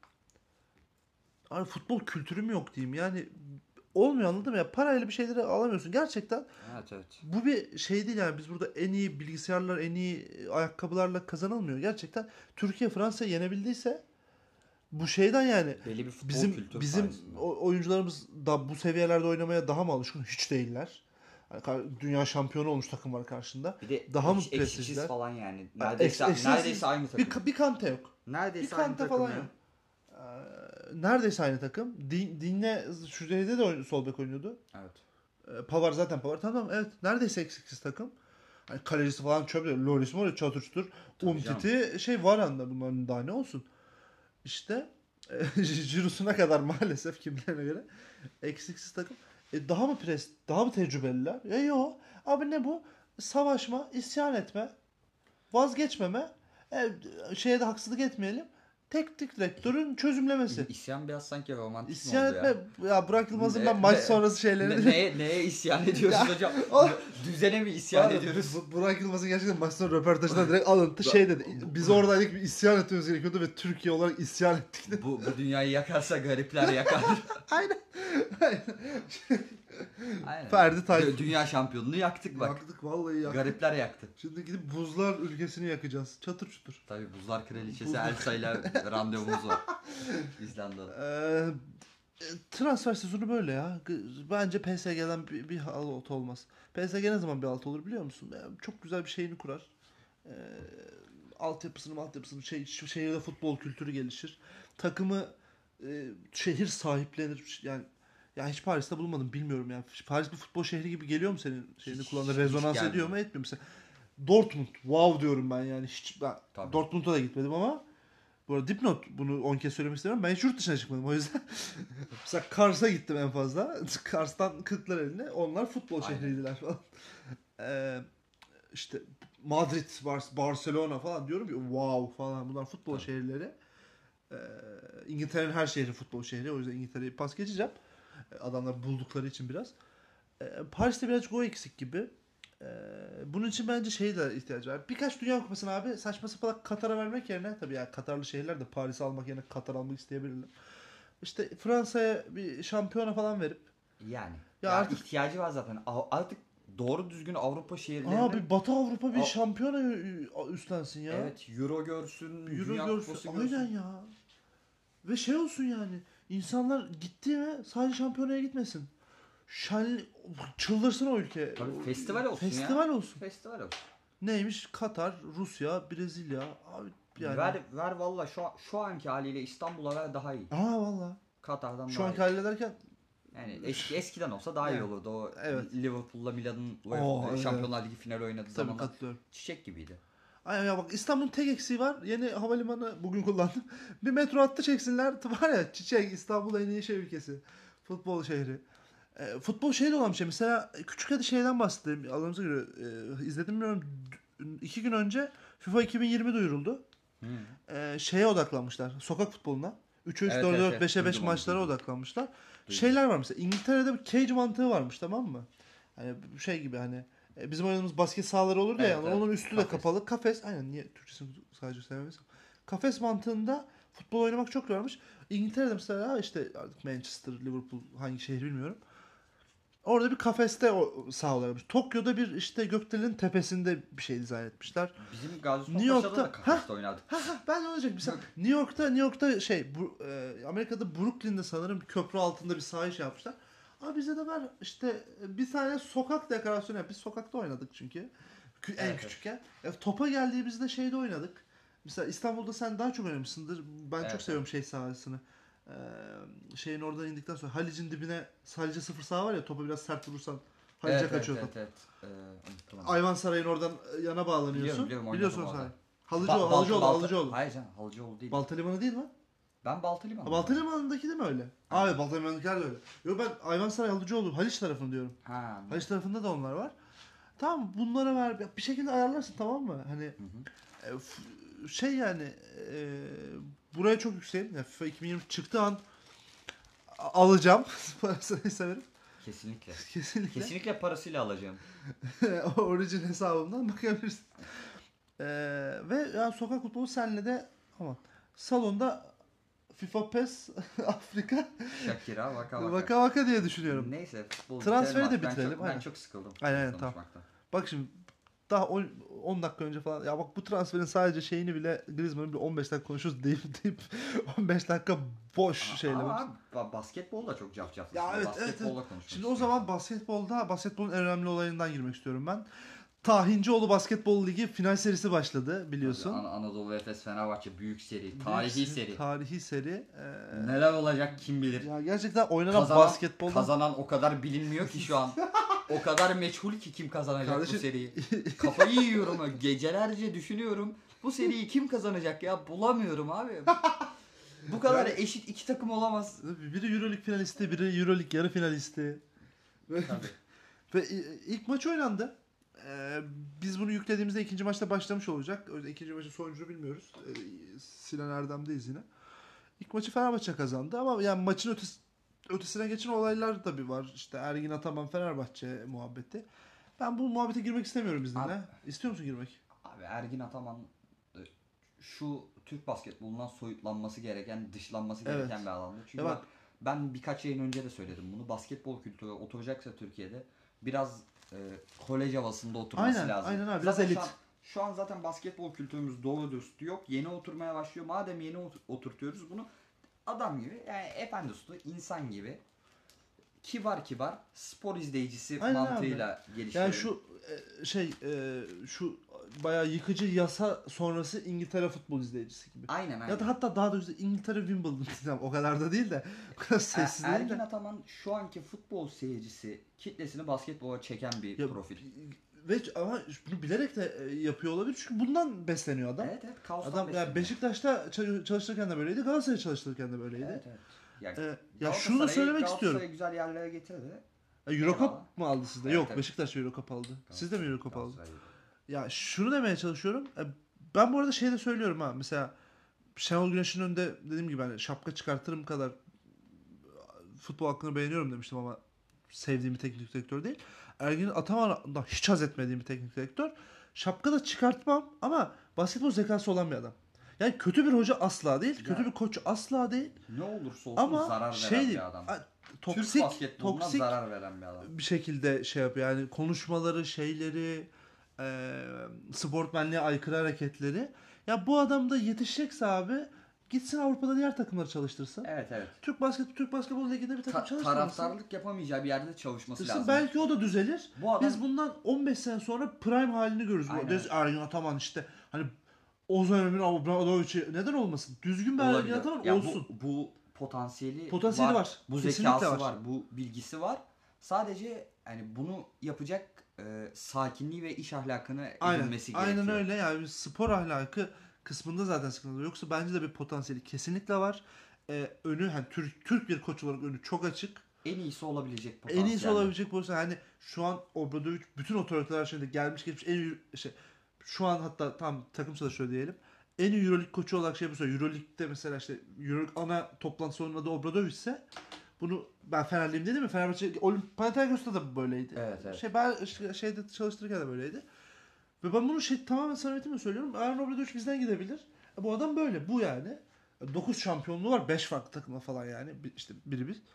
Speaker 1: abi futbol kültürü mü yok diyeyim. Yani olmuyor anladın mı ya? Parayla bir şeyleri alamıyorsun. Gerçekten
Speaker 2: Evet evet.
Speaker 1: bu bir şey değil yani. Biz burada en iyi bilgisayarlar, en iyi ayakkabılarla kazanılmıyor. Gerçekten Türkiye Fransa'yı yenebildiyse bu şeyden yani
Speaker 2: Belli bir futbol
Speaker 1: bizim
Speaker 2: kültürü
Speaker 1: bizim
Speaker 2: sayesinde.
Speaker 1: o- oyuncularımız da bu seviyelerde oynamaya daha mı alışkın? Hiç değiller. Yani kar- dünya şampiyonu olmuş takım var karşında.
Speaker 2: Bir de
Speaker 1: daha mı
Speaker 2: eksi- eksiksiz
Speaker 1: prestijler?
Speaker 2: falan yani.
Speaker 1: Ha,
Speaker 2: Neredeyse,
Speaker 1: eks- eksiksiz-
Speaker 2: neredeyse aynı takım.
Speaker 1: Bir, bir kante yok.
Speaker 2: neredeyse
Speaker 1: bir
Speaker 2: aynı
Speaker 1: kante
Speaker 2: takım
Speaker 1: falan
Speaker 2: ya.
Speaker 1: yok. Ee, neredeyse aynı takım. Din, Dinle şu de oyun, sol bek oynuyordu.
Speaker 2: Evet.
Speaker 1: Ee, Pavar zaten Pavar. Tamam evet. Neredeyse eksiksiz takım. Hani kalecisi falan çöp değil. Loris Mori çatır çutur.
Speaker 2: Tabii
Speaker 1: Umtiti şey var anda bunların daha ne olsun. İşte e, Jirus'una kadar maalesef kimlerine göre eksiksiz takım. E, daha mı pres, daha mı tecrübeliler? E yok. Abi ne bu? Savaşma, isyan etme, vazgeçmeme, e, şeye de haksızlık etmeyelim. Teknik direktörün çözümlemesi.
Speaker 2: İsyan biraz sanki romantik
Speaker 1: İsyan
Speaker 2: mi oldu
Speaker 1: etme. Ya, Burak Yılmaz'ın
Speaker 2: Ne-
Speaker 1: ben maç
Speaker 2: ne-
Speaker 1: sonrası
Speaker 2: ya?
Speaker 1: şeylerini...
Speaker 2: Ne, neye, neye isyan ediyorsun
Speaker 1: Ya,
Speaker 2: hocam?
Speaker 1: o-
Speaker 2: Düzene mi isyan
Speaker 1: Abi,
Speaker 2: ediyoruz?
Speaker 1: Bu- Burak Yılmaz'ın gerçekten maç sonu röportajından direkt alıntı şey dedi. Biz oradaydık bir isyan etmemiz gerekiyordu ve Türkiye olarak isyan ettik dedi.
Speaker 2: bu, bu dünyayı yakarsa garipler yakar.
Speaker 1: Aynen. Aynen.
Speaker 2: Aynen.
Speaker 1: Ferdi Tayfur.
Speaker 2: Dü- Dünya şampiyonunu yaktık bak.
Speaker 1: Yaktık vallahi yaktık.
Speaker 2: Garipler yaktı.
Speaker 1: Şimdi gidip buzlar ülkesini yakacağız. Çatır çutur.
Speaker 2: Tabii buzlar kraliçesi
Speaker 1: Buzlar-
Speaker 2: Elsa ile randevumuz var. İzlanda'da.
Speaker 1: Ee, transfer sezonu böyle ya. G- Bence P S G'den bir, bir alt olmaz. P S G ne zaman bir alt olur biliyor musun? Yani çok güzel bir şeyini kurar. Ee, altyapısını altyapısını şey, şu şehirde futbol kültürü gelişir. Takımı e, şehir sahiplenir. Yani yani hiç Paris'te bulunmadım bilmiyorum yani. Paris bir futbol şehri gibi geliyor mu senin şeyini
Speaker 2: Hiç-
Speaker 1: kullandığı
Speaker 2: hiç
Speaker 1: rezonans
Speaker 2: gelmiyor.
Speaker 1: ediyor mu etmiyor mu? Mesela Dortmund wow diyorum ben yani hiç ben
Speaker 2: Tabii.
Speaker 1: Dortmund'a da gitmedim ama bu arada dipnot bunu on kez söylemek istemiyorum. Ben hiç yurt dışına çıkmadım o yüzden. Mesela Kars'a gittim en fazla. Kars'tan kırklar eline. Onlar futbol
Speaker 2: Aynen.
Speaker 1: şehriydiler falan. Ee, işte Madrid, Bar- Barcelona falan diyorum ki wow falan bunlar futbol
Speaker 2: Tabii.
Speaker 1: şehirleri. Ee, İngiltere'nin her şehri futbol şehri. O yüzden İngiltere'yi pas geçeceğim. Ee, Adamlar buldukları için biraz. Ee, Paris'te birazcık o eksik gibi. Ee, bunun için bence şeye de ihtiyacı var. Birkaç Dünya Kupası'nı abi saçma sapan Katar'a vermek yerine tabii yani Katarlı şehirler de Paris'i almak yerine Katar almak isteyebilirler. İşte Fransa'ya bir şampiyona falan verip
Speaker 2: Yani.
Speaker 1: Ya
Speaker 2: Ya,
Speaker 1: artık-
Speaker 2: ihtiyacı var zaten. A- Artık doğru düzgün Avrupa şehirlerinin
Speaker 1: abi Batı Avrupa bir
Speaker 2: Al-
Speaker 1: şampiyona üstlensin ya.
Speaker 2: evet Euro görsün,
Speaker 1: Euro
Speaker 2: Dünya
Speaker 1: görsün.
Speaker 2: Kupası
Speaker 1: Aynen
Speaker 2: görsün.
Speaker 1: ya. Ve şey olsun yani. İnsanlar gitti mi sadece şampiyonaya gitmesin. Şen çıldırsın o ülke.
Speaker 2: Tabii
Speaker 1: O-
Speaker 2: festival olsun ya.
Speaker 1: Festival olsun.
Speaker 2: Festival olsun.
Speaker 1: Neymiş? Katar, Rusya, Brezilya. Abi yani.
Speaker 2: Ver ver valla şu an- şu anki haliyle İstanbul'a ver daha iyi.
Speaker 1: Aa valla.
Speaker 2: Katar'dan
Speaker 1: Şu
Speaker 2: daha
Speaker 1: anki
Speaker 2: iyi.
Speaker 1: haliyle derken
Speaker 2: Yani eski eskiden olsa daha iyi
Speaker 1: Yani,
Speaker 2: olurdu. O
Speaker 1: evet.
Speaker 2: Liverpool'la Milan'ın
Speaker 1: Oo,
Speaker 2: UEFA
Speaker 1: evet.
Speaker 2: Şampiyonlar Ligi finali oynadığı
Speaker 1: tabii
Speaker 2: zamanlar
Speaker 1: katılıyorum.
Speaker 2: çiçek gibiydi.
Speaker 1: Ay ya bak İstanbul'un tek eksiği var. Yeni havalimanı bugün kullandım. Bir metro hattı çeksinler. Var ya çiçek İstanbul en iyi şey ülkesi. Futbol şehri. E, futbol şehri olan bir şey. Mesela küçük hadi şeyden bahsedeyim. Adamıza göre e, izledim bilmiyorum. İki gün önce FIFA iki bin yirmi duyuruldu.
Speaker 2: Hmm.
Speaker 1: E, şeye odaklanmışlar. Sokak futboluna. üçe üç,
Speaker 2: Evet,
Speaker 1: dörde
Speaker 2: evet,
Speaker 1: dört,
Speaker 2: evet.
Speaker 1: beşe beş
Speaker 2: Duydum onu,
Speaker 1: maçlara
Speaker 2: duydum.
Speaker 1: odaklanmışlar.
Speaker 2: Duydum.
Speaker 1: Şeyler var mesela. İngiltere'de bir cage mantığı varmış, tamam mı? Hani şey gibi hani e, bizim oynadığımız basket sahaları olur ya,
Speaker 2: Evet,
Speaker 1: yani
Speaker 2: evet.
Speaker 1: onun üstü de
Speaker 2: Kafes.
Speaker 1: kapalı. Kafes. Aynen, niye Türkçesini sadece sevmemiz. Kafes mantığında futbol oynamak çok varmış. İngiltere'de mesela işte artık Manchester, Liverpool hangi şehir bilmiyorum. Orada bir kafeste o sahalarmış. Tokyo'da bir işte gökdelenin tepesinde bir şey dizayn etmişler.
Speaker 2: Bizim Gazi
Speaker 1: New
Speaker 2: Osman Paşa'da
Speaker 1: York'ta-
Speaker 2: da kafeste oynadık.
Speaker 1: Ha ha ben de olacak mesela. New York'ta New York'ta şey bu e, Amerika'da Brooklyn'de sanırım bir köprü altında bir saha şey yapmışlar. Ama bize de var işte bir tane sokak dekorasyonu yap. Biz sokakta oynadık çünkü. Kü- en
Speaker 2: Evet,
Speaker 1: küçükken. E, topa geldiğimizde şeyde oynadık. Mesela İstanbul'da sen daha çok oynamışsındır. Ben
Speaker 2: Evet,
Speaker 1: çok seviyorum şey sahasını. Ee, şeyin oradan indikten sonra Halic'in dibine Halice sıfır saha var ya, topa biraz sert vurursan Halic'e
Speaker 2: Evet, evet,
Speaker 1: kaçıyor
Speaker 2: evet,
Speaker 1: top.
Speaker 2: evet. Ee, unuttum onu.
Speaker 1: Ayvansaray'ın oradan yana bağlanıyorsun.
Speaker 2: Biliyorum, biliyorum, oynadım
Speaker 1: Biliyorsun o
Speaker 2: orada.
Speaker 1: sahayı.
Speaker 2: Ba-
Speaker 1: Halıcıoğlu,
Speaker 2: Balta-
Speaker 1: Halıcıoğlu,
Speaker 2: Balta-
Speaker 1: Halıcıoğlu.
Speaker 2: Hayır canım, Halıcıoğlu değil.
Speaker 1: Balta Limanı değil mi?
Speaker 2: Ben Balta Limanı.
Speaker 1: Ha, Balta Limanı'ndaki de mi öyle? Aa, evet, Balta Limanı'ndakiler de öyle. Yok, ben Ayvansaray, Halıcıoğlu, Haliç tarafını diyorum.
Speaker 2: Ha.
Speaker 1: Haliç tarafında da onlar var. Tamam, bunlara ver. Bir şekilde ayarlarsın, tamam mı? Hani
Speaker 2: Hı hı.
Speaker 1: e, f- şey yani e, buraya çok yükseğim. Yani FIFA iki bin yirmi çıktığı an a- alacağım. Parasını severim.
Speaker 2: Kesinlikle.
Speaker 1: Kesinlikle.
Speaker 2: Kesinlikle parasıyla alacağım.
Speaker 1: Origin hesabımdan bakabilirsin. Ee, ve yani sokak futbolu senle de ama salonda FIFA PES Afrika
Speaker 2: Şakira vaka vaka.
Speaker 1: vaka vaka diye düşünüyorum.
Speaker 2: Neyse futbol
Speaker 1: Transferi
Speaker 2: bitirelim
Speaker 1: de
Speaker 2: artık.
Speaker 1: bitirelim,
Speaker 2: Ben çok, ben
Speaker 1: aynen.
Speaker 2: çok sıkıldım.
Speaker 1: Aynen, aynen, tamam.
Speaker 2: konuşmaktan.
Speaker 1: Bak şimdi daha on dakika önce falan ya bak bu transferin sadece şeyini bile Griezmann'ı bir on beş dakika konuşuruz deyip deyip on beş dakika boş şeyle.
Speaker 2: Ama ba- basketbol da çok cafcaflı.
Speaker 1: Ya evet, evet,
Speaker 2: Basketbolla
Speaker 1: evet.
Speaker 2: konuşmak
Speaker 1: Şimdi o
Speaker 2: istiyorum.
Speaker 1: zaman basketbolda basketbolun en önemli olayından girmek istiyorum ben. Tahincioğlu Basketbol Ligi final serisi başladı biliyorsun.
Speaker 2: An- Anadolu Efes Fenerbahçe büyük seri, tarihi seri.
Speaker 1: Tarihi seri. Ee,
Speaker 2: Neler olacak kim bilir.
Speaker 1: ya gerçekten oynanan
Speaker 2: Kazanan,
Speaker 1: basketbolda
Speaker 2: kazanan o kadar bilinmiyor ki şu an. O kadar meçhul ki kim kazanacak
Speaker 1: Kardeşim-
Speaker 2: bu seriyi. Kafayı yiyorum. Gecelerce düşünüyorum. Bu seriyi kim kazanacak ya? Bulamıyorum abi. Bu kadar
Speaker 1: Yani-
Speaker 2: eşit iki takım olamaz.
Speaker 1: biri EuroLeague finalisti, biri EuroLeague yarı finalisti. Ve,
Speaker 2: Tabii.
Speaker 1: ve ilk maç oynandı. Ee, biz bunu yüklediğimizde ikinci maçta başlamış olacak. O yüzden ikinci maçın sonucunu bilmiyoruz. Ee, Sinan Erdem'deyiz yine. İlk maçı Fenerbahçe kazandı ama yani maçın ötesi, ötesine geçen olaylar tabii var. İşte Ergin Ataman Fenerbahçe muhabbeti. Ben bu muhabbete girmek istemiyorum izninle.
Speaker 2: Abi-
Speaker 1: İstiyor musun girmek?
Speaker 2: Abi Ergin Ataman e, şu Türk basketbolundan soyutlanması gereken, dışlanması
Speaker 1: Evet.
Speaker 2: gereken bir adamdı. Çünkü
Speaker 1: Ya
Speaker 2: bak,
Speaker 1: bak-
Speaker 2: ben birkaç yayın önce de söyledim bunu. Basketbol kültürü oturacaksa Türkiye'de biraz e, kolej havasında oturması
Speaker 1: Aynen,
Speaker 2: lazım.
Speaker 1: aynen abi, biraz
Speaker 2: Zaten
Speaker 1: elit.
Speaker 2: Şu an, şu an zaten basketbol kültürümüz doğru dürüst yok. Yeni oturmaya başlıyor. Madem yeni ot- oturtuyoruz bunu adam gibi, yani efendi usta insan gibi kibar kibar spor izleyicisi
Speaker 1: Aynen abi.
Speaker 2: mantığıyla geliştirelim.
Speaker 1: Yani şu e, şey e, şu bayağı yıkıcı yasa sonrası İngiltere futbol izleyicisi gibi.
Speaker 2: Aynen aynen.
Speaker 1: Ya da hatta daha da güzel İngiltere Wimbledon diyeceğim. O kadar da değil de. O kadar sessiz
Speaker 2: Er-
Speaker 1: değil
Speaker 2: Ergin
Speaker 1: de.
Speaker 2: Ataman şu anki futbol seyircisi kitlesini basketbola çeken bir
Speaker 1: Ya,
Speaker 2: profil.
Speaker 1: Ve ama bunu bilerek de e, yapıyor olabilir. Çünkü bundan besleniyor adam.
Speaker 2: Evet evet, kaostan
Speaker 1: Adam ya
Speaker 2: besleniyor.
Speaker 1: Beşiktaş'ta ça- çalışırken de böyleydi. Galatasaray'da çalışırken de böyleydi.
Speaker 2: Evet evet. Ya,
Speaker 1: Ee, ya
Speaker 2: Galatasaray'ı-
Speaker 1: şunu da söylemek
Speaker 2: Galatasaray'ı
Speaker 1: istiyorum.
Speaker 2: güzel yerlere getirdi.
Speaker 1: E, Eurocup
Speaker 2: Eyvallah.
Speaker 1: mu aldı sizde?
Speaker 2: Evet,
Speaker 1: Yok,
Speaker 2: evet.
Speaker 1: Beşiktaş Eurocup aldı. Siz de mi Eurocup aldı?
Speaker 2: Galatasaray.
Speaker 1: Ya şunu demeye çalışıyorum. E, Ben bu arada şey de söylüyorum ha. Mesela Şenol Güneş'in önünde dediğim gibi hani şapka çıkartırım kadar futbol hakkını beğeniyorum demiştim ama sevdiğim bir teknik direktör değil. Ergin Ataman'dan hiç haz etmediğim bir teknik direktör. Şapka da çıkartmam ama basketbol zekası olan bir adam. Yani kötü bir hoca asla değil, kötü
Speaker 2: Ya.
Speaker 1: bir koç asla değil.
Speaker 2: Ne olursa olsun
Speaker 1: Ama
Speaker 2: zarar veren
Speaker 1: şey değil,
Speaker 2: bir adam.
Speaker 1: a-
Speaker 2: Türk
Speaker 1: toksik,
Speaker 2: basketboluna
Speaker 1: toksik
Speaker 2: zarar veren bir adam.
Speaker 1: bir şekilde şey yapıyor. Yani konuşmaları, şeyleri, e, sportmenliğe aykırı hareketleri. Ya bu adam da yetişecekse abi Gitsin Avrupa'da diğer takımları çalıştırsın.
Speaker 2: Evet evet.
Speaker 1: Türk basket Türk basketbol liginde bir takım
Speaker 2: Ta-
Speaker 1: çalıştırmasın.
Speaker 2: taraftarlık yapamayacağı bir yerde çalışması
Speaker 1: Çalıştırsın.
Speaker 2: lazım.
Speaker 1: Belki o da düzelir.
Speaker 2: Bu adam...
Speaker 1: Biz bundan on beş sene sonra prime halini görürüz.
Speaker 2: Aynen.
Speaker 1: Deriz Ergin Ataman işte hani Ozan Ömür, Obradoviç'i neden olmasın? Düzgün bir Ergin Ataman
Speaker 2: ya
Speaker 1: olsun.
Speaker 2: Bu, bu potansiyeli,
Speaker 1: Potansiyeli var.
Speaker 2: var. Bu
Speaker 1: Kesinlikle
Speaker 2: zekası
Speaker 1: var.
Speaker 2: var. Bu bilgisi var. Sadece yani bunu yapacak e, sakinliği ve iş ahlakını
Speaker 1: Aynen,
Speaker 2: edinmesi gerekiyor.
Speaker 1: aynen öyle. Yani spor ahlakı kısmında zaten sıkıntı var. Yoksa bence de bir potansiyeli kesinlikle var. Ee, önü hani Türk Türk bir koç olarak önü çok açık.
Speaker 2: En iyisi olabilecek potansiyel.
Speaker 1: En iyisi olabilecek pozisyon. Yani şu an Obradoviç bütün otoriteler şeyinde gelmiş geçmiş en iyi şey şu an hatta tam takım çalışıyor diyelim. En iyi EuroLeague koçu olarak şey yapıyorsa EuroLeague'de mesela işte EuroLeague ana toplantısının adı Obradoviç ise bunu ben Fenerliyim dedim mi? Fenerbahçe Panathinaikos'ta da böyleydi.
Speaker 2: Evet, evet.
Speaker 1: Şey ben şeyde çalıştırırken de böyleydi. Ve ben bunu şey tamamen samimiyetimle söylüyorum. Aaron Obradoviç bizden gidebilir. E, bu adam böyle. Bu yani. dokuz şampiyonluğu var. beş farklı takımla falan yani. Bir- işte biri biz.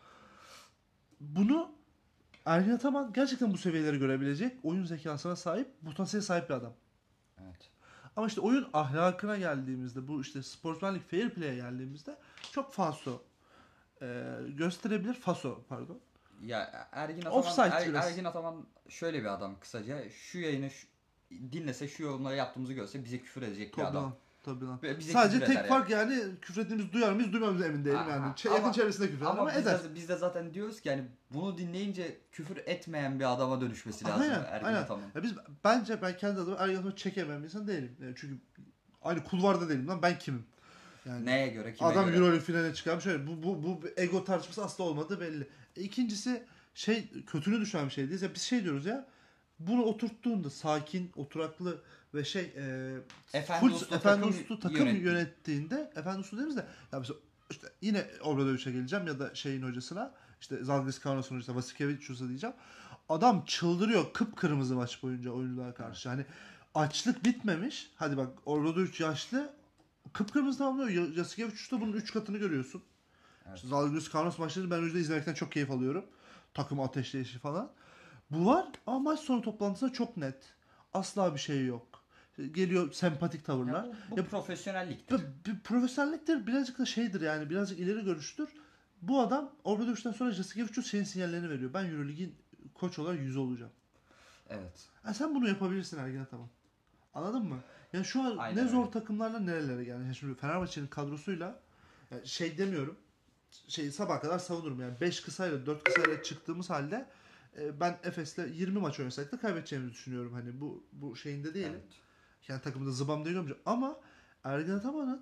Speaker 1: Bunu Ergin Ataman gerçekten bu seviyeleri görebilecek oyun zekasına sahip, potansiyele sahip bir adam.
Speaker 2: Evet.
Speaker 1: Ama işte oyun ahlakına geldiğimizde, bu işte sportsmanlık fair play'e geldiğimizde çok faso e, gösterebilir. Faso pardon.
Speaker 2: Ya Ergin Ataman,
Speaker 1: Offside
Speaker 2: er,
Speaker 1: biraz.
Speaker 2: Ergin Ataman şöyle bir adam kısaca. Şu yayını şu, dinlese, şu yorumları yaptığımızı görse bize küfür edecek bir
Speaker 1: Tabii
Speaker 2: adam.
Speaker 1: lan. Tabii lan.
Speaker 2: Ve bize
Speaker 1: Sadece
Speaker 2: küfür
Speaker 1: tek
Speaker 2: eder
Speaker 1: fark yani küfrettiğimiz duyar mıyız duymamız emin değilim
Speaker 2: Aha,
Speaker 1: yani. Ç-
Speaker 2: ama-
Speaker 1: yakın çevresinde küfür eder ama,
Speaker 2: Ama biz
Speaker 1: eder.
Speaker 2: de, biz de zaten diyoruz ki yani bunu dinleyince küfür etmeyen bir adama dönüşmesi lazım
Speaker 1: Aynen,
Speaker 2: Ergin
Speaker 1: aynen.
Speaker 2: Ataman.
Speaker 1: Ya biz bence ben kendi adıma Ergin Ataman'ı çekemeyen bir insan değilim. Yani çünkü aynı kulvarda değilim lan ben kimim? Yani
Speaker 2: Neye göre, kime
Speaker 1: adam
Speaker 2: göre?
Speaker 1: Euroleague finaline çıkarmış. Şöyle bu bu bu ego tartışması asla olmadığı belli. E, İkincisi şey kötünü düşen bir şey değil. Ya biz şey diyoruz ya. Bunu oturttuğunda sakin, oturaklı ve şey e,
Speaker 2: Efendi
Speaker 1: full
Speaker 2: usta
Speaker 1: efendi
Speaker 2: takım
Speaker 1: usta takım
Speaker 2: yönetti.
Speaker 1: yönettiğinde efendi usta dediğimizde ya mesela işte yine Obradoviç'e geleceğim ya da şeyin hocasına işte Zalgiris Kaunos'un hocasına Vasikevicius'a diyeceğim. Adam çıldırıyor kıpkırmızı maç boyunca oyunculara karşı. Hani açlık bitmemiş. Hadi bak Obradoviç yaşlı kıpkırmızı tamamlıyor. Vasikevicius'ta bunun üç katını görüyorsun.
Speaker 2: Evet.
Speaker 1: İşte Zalgiris Kaunos maçlarını ben önce izlemekten çok keyif alıyorum. Takım ateşleyişi falan. Bu var ama maç sonu toplantısında çok net. Asla bir şey yok. Geliyor sempatik tavırlar.
Speaker 2: Ya bu, bu
Speaker 1: Ya,
Speaker 2: profesyonelliktir.
Speaker 1: bir, bir profesyonelliktir. Birazcık da şeydir yani. Birazcık ileri görüştür. Bu adam Obradoviç'ten sonra Jasikevicius şeyin sinyallerini veriyor. Ben Euroleague'in koç olarak yüzü olacağım.
Speaker 2: Evet.
Speaker 1: Ya sen bunu yapabilirsin Ergin Ataman. Anladın mı? Yani şu an
Speaker 2: Aynen
Speaker 1: ne zor
Speaker 2: öyle.
Speaker 1: takımlarla nerelere yani. Yani şimdi Fenerbahçe'nin kadrosuyla yani şey demiyorum. Şey sabah kadar savunurum yani. beş kısayla dört kısayla çıktığımız halde e, ben Efes'le yirmi maç oynasak da kaybedeceğimizi düşünüyorum. Hani bu bu şeyinde değilim.
Speaker 2: Evet.
Speaker 1: Yani takımda zıbam değil olmayacak. Ama Ergin Ataman'ın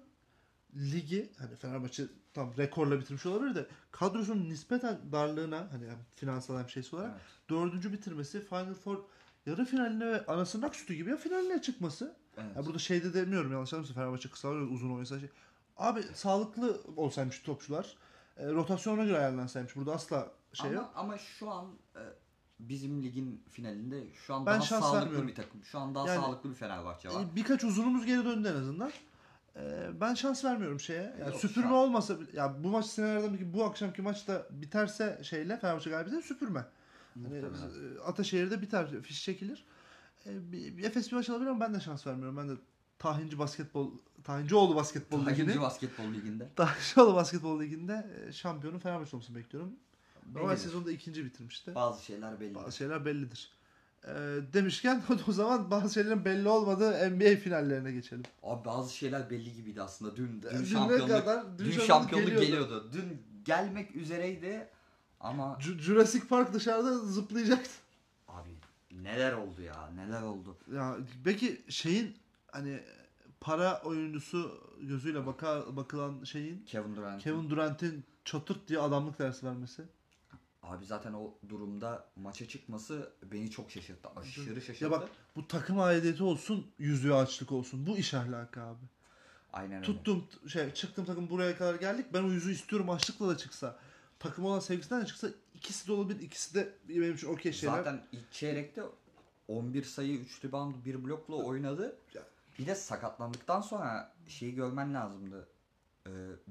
Speaker 1: ligi hani Fenerbahçe tam rekorla bitirmiş olabilir de kadrosunun nispeten darlığına hani hem finansal hem şeysi olarak
Speaker 2: Evet.
Speaker 1: dördüncü bitirmesi Final Four yarı finaline ve anasının ak sütü gibi ya finaline çıkması.
Speaker 2: Evet.
Speaker 1: Ya burada şeyde demiyorum yanlış anlamışsın Fenerbahçe kısa oynuyor uzun oynasa şey. Abi sağlıklı olsaymış topçular e, rotasyona göre ayarlansaymış. Burada asla şey
Speaker 2: ama,
Speaker 1: yok.
Speaker 2: ama şu an e, bizim ligin finalinde şu an
Speaker 1: Ben
Speaker 2: daha
Speaker 1: şans
Speaker 2: sağlıklı
Speaker 1: vermiyorum.
Speaker 2: bir takım. Şu an daha
Speaker 1: Yani,
Speaker 2: sağlıklı bir Fenerbahçe var.
Speaker 1: E, birkaç uzunumuz geri döndü en azından. E, ben şans vermiyorum şeye. Yani
Speaker 2: Yok,
Speaker 1: süpürme
Speaker 2: şu an-
Speaker 1: olmasa bile- ya bu maç senelerden ki bu akşamki maçta biterse şeyle Fenerbahçe galibiyeti süpürme. Hani,
Speaker 2: Muhtemelen.
Speaker 1: e, Ataşehir'de biter, fiş çekilir. E, bir, bir Efes bir maç alabilir ama ben de şans vermiyorum. Ben de Tahinci basketbol Tahincioğlu basketbol
Speaker 2: Tahinci
Speaker 1: ligini
Speaker 2: basketbol liginde.
Speaker 1: Tahincioğlu basketbol liginde e, şampiyonun Fenerbahçe olmasını bekliyorum. Normal
Speaker 2: Bellidir.
Speaker 1: sezonda ikinci bitirmişti.
Speaker 2: Bazı şeyler belli.
Speaker 1: Bazı şeyler bellidir. Ee, demişken o zaman bazı şeylerin belli olmadığı N B A finallerine geçelim.
Speaker 2: Abi bazı şeyler belli gibiydi aslında. Dün, dün,
Speaker 1: Dün ne
Speaker 2: şampiyonluk,
Speaker 1: kadar- dün
Speaker 2: dün
Speaker 1: şampiyonluk
Speaker 2: şampiyonluk
Speaker 1: geliyordu.
Speaker 2: geliyordu. Dün gelmek üzereydi ama
Speaker 1: J- Jurassic Park dışarıda zıplayacaktı.
Speaker 2: abi neler oldu ya, neler oldu.
Speaker 1: Ya peki şeyin hani para oyuncusu gözüyle baka, bakılan şeyin
Speaker 2: Kevin Durant.
Speaker 1: Kevin Durant'in çatırt diye adamlık dersi vermesi.
Speaker 2: Abi zaten o durumda maça çıkması beni çok şaşırttı. Aşırı şaşırttı.
Speaker 1: Ya bak bu takım aidiyeti olsun, yüzüğü açlık olsun. Bu iş ahlakı abi.
Speaker 2: Aynen öyle.
Speaker 1: Tuttum şey çıktım takım buraya kadar geldik. Ben o yüzüğü istiyorum açlıkla da çıksa. Takım olan sevgisinden de çıksa ikisi de olabilir. İkisi de benim için okey şeyler.
Speaker 2: Zaten ilk çeyrekte on bir sayı, üç rebound, bir blokla oynadı.
Speaker 1: Ya.
Speaker 2: Bir de sakatlandıktan sonra şeyi görmen lazımdı. Ee,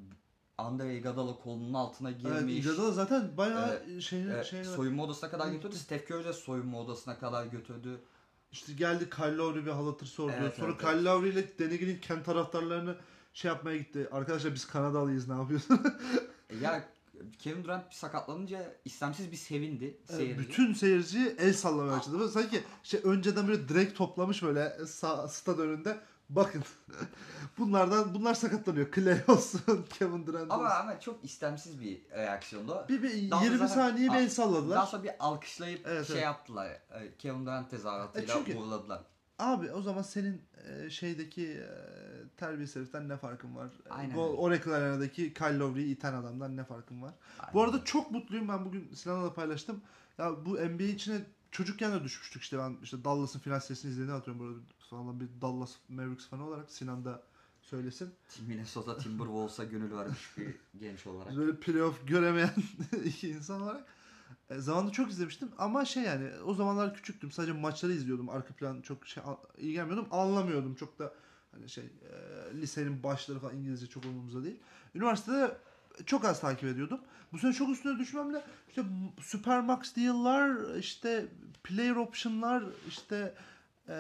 Speaker 2: Andre Iguodala kolunun altına
Speaker 1: Evet,
Speaker 2: girmiş.
Speaker 1: Iguodala zaten bayağı
Speaker 2: Ee,
Speaker 1: şeyine,
Speaker 2: e,
Speaker 1: şeyine
Speaker 2: soyunma odasına kadar
Speaker 1: Hı.
Speaker 2: götürdü. Steph Curry de soyunma odasına kadar götürdü.
Speaker 1: işte geldi Kyle Lowry bir halatır sordu.
Speaker 2: Evet,
Speaker 1: Sonra
Speaker 2: evet,
Speaker 1: Kyle
Speaker 2: evet.
Speaker 1: Lowry ile Denigrin kendi taraftarlarını şey yapmaya gitti. Arkadaşlar biz Kanadalıyız, ne yapıyorsun?
Speaker 2: Ya Kevin Durant bir sakatlanınca istemsiz bir sevindi seyirci.
Speaker 1: Bütün seyirci el sallamaya başladı. Böyle sanki şey önceden böyle direkt toplamış böyle sağ, stad önünde. Bakın bunlardan bunlar sakatlanıyor. Clay olsun, Kevin Durant olsun.
Speaker 2: Ama ama çok istemsiz bir reaksiyondu.
Speaker 1: Bir, bir
Speaker 2: Daha
Speaker 1: yirmi
Speaker 2: zaten-
Speaker 1: saniye bir
Speaker 2: Aa,
Speaker 1: el salladılar.
Speaker 2: Daha sonra bir alkışlayıp
Speaker 1: Evet,
Speaker 2: şey
Speaker 1: evet.
Speaker 2: yaptılar. e, Kevin Durant tezahüratıyla
Speaker 1: E çünkü-
Speaker 2: uğurladılar.
Speaker 1: Abi o zaman senin e, şeydeki e, terbiyesiz heriften ne farkın var?
Speaker 2: Aynen
Speaker 1: Bu
Speaker 2: öyle.
Speaker 1: Oracle Arena'daki Kyle Lowry'yi iten adamdan ne farkın var?
Speaker 2: Aynen
Speaker 1: Bu arada
Speaker 2: öyle.
Speaker 1: çok mutluyum, ben bugün Sinan'la da paylaştım. Ya bu N B A içine çocukken de düşmüştük işte, ben işte Dallas'ın final serisini izlediğini hatırlıyorum burada falan, bir Dallas Mavericks fanı olarak Sinan da söylesin.
Speaker 2: Minnesota Timberwolves'a gönül vermiş bir genç olarak.
Speaker 1: Böyle playoff göremeyen iki insan olarak. E, zamanında çok izlemiştim ama şey yani o zamanlar küçüktüm. Sadece maçları izliyordum. Arka plan çok şey ilgilenmiyordum. Anlamıyordum. Çok da hani şey e, lisenin başları falan İngilizce çok umurumuzda değil. Üniversitede çok az takip ediyordum. Bu sene çok üstüne düşmemle işte Supermax deal'lar, işte player option'lar, işte e,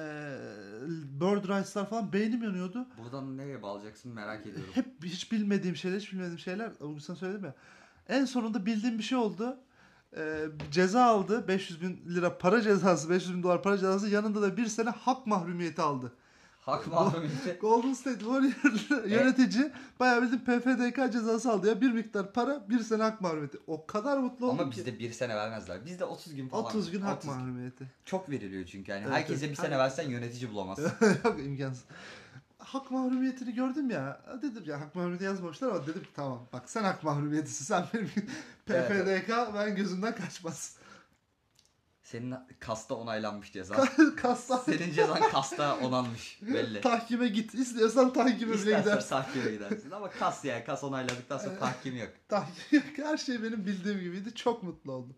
Speaker 1: bird rights'lar falan beynim yanıyordu.
Speaker 2: Buradan nereye bağlayacaksın merak ediyorum.
Speaker 1: Hep hiç bilmediğim şeyler, hiç bilmediğim şeyler. Bugün sana söyledim ya. En sonunda bildiğim bir şey oldu. Ee, ceza aldı. beş yüz bin lira para cezası, beş yüz bin dolar para cezası. Yanında da bir sene hak mahrumiyeti aldı.
Speaker 2: Hak mahrumiyeti.
Speaker 1: Golden State Warrior yönetici bayağı bildiğin P F D K cezası aldı ya. Bir miktar para, bir sene hak mahrumiyeti. O kadar mutlu oldum
Speaker 2: Ama
Speaker 1: ki.
Speaker 2: bizde bir sene vermezler. Bizde otuz gün falan.
Speaker 1: otuz gün hak
Speaker 2: otuz
Speaker 1: mahrumiyeti.
Speaker 2: Çok veriliyor çünkü. Yani
Speaker 1: Evet,
Speaker 2: herkese
Speaker 1: evet.
Speaker 2: bir sene versen yönetici bulamazsın.
Speaker 1: Yok, imkansız. Hak mahrumiyetini gördüm ya. Dedim ya hak mahrumiyeti yazmamışlar ama dedim ki tamam bak sen hak mahrumiyetisin. Sen benim P F D K ben gözümden kaçmaz.
Speaker 2: Senin kasta onaylanmış ceza.
Speaker 1: Kassa.
Speaker 2: Senin cezan kasta onanmış belli.
Speaker 1: Tahkime git. İstiyorsan tahkime bile
Speaker 2: İstersen
Speaker 1: gidersin.
Speaker 2: tahkime gidersin ama kas yani kas onayladıktan sonra tahkim yok.
Speaker 1: Tahkim yok. Her şey benim bildiğim gibiydi. Çok mutlu oldum.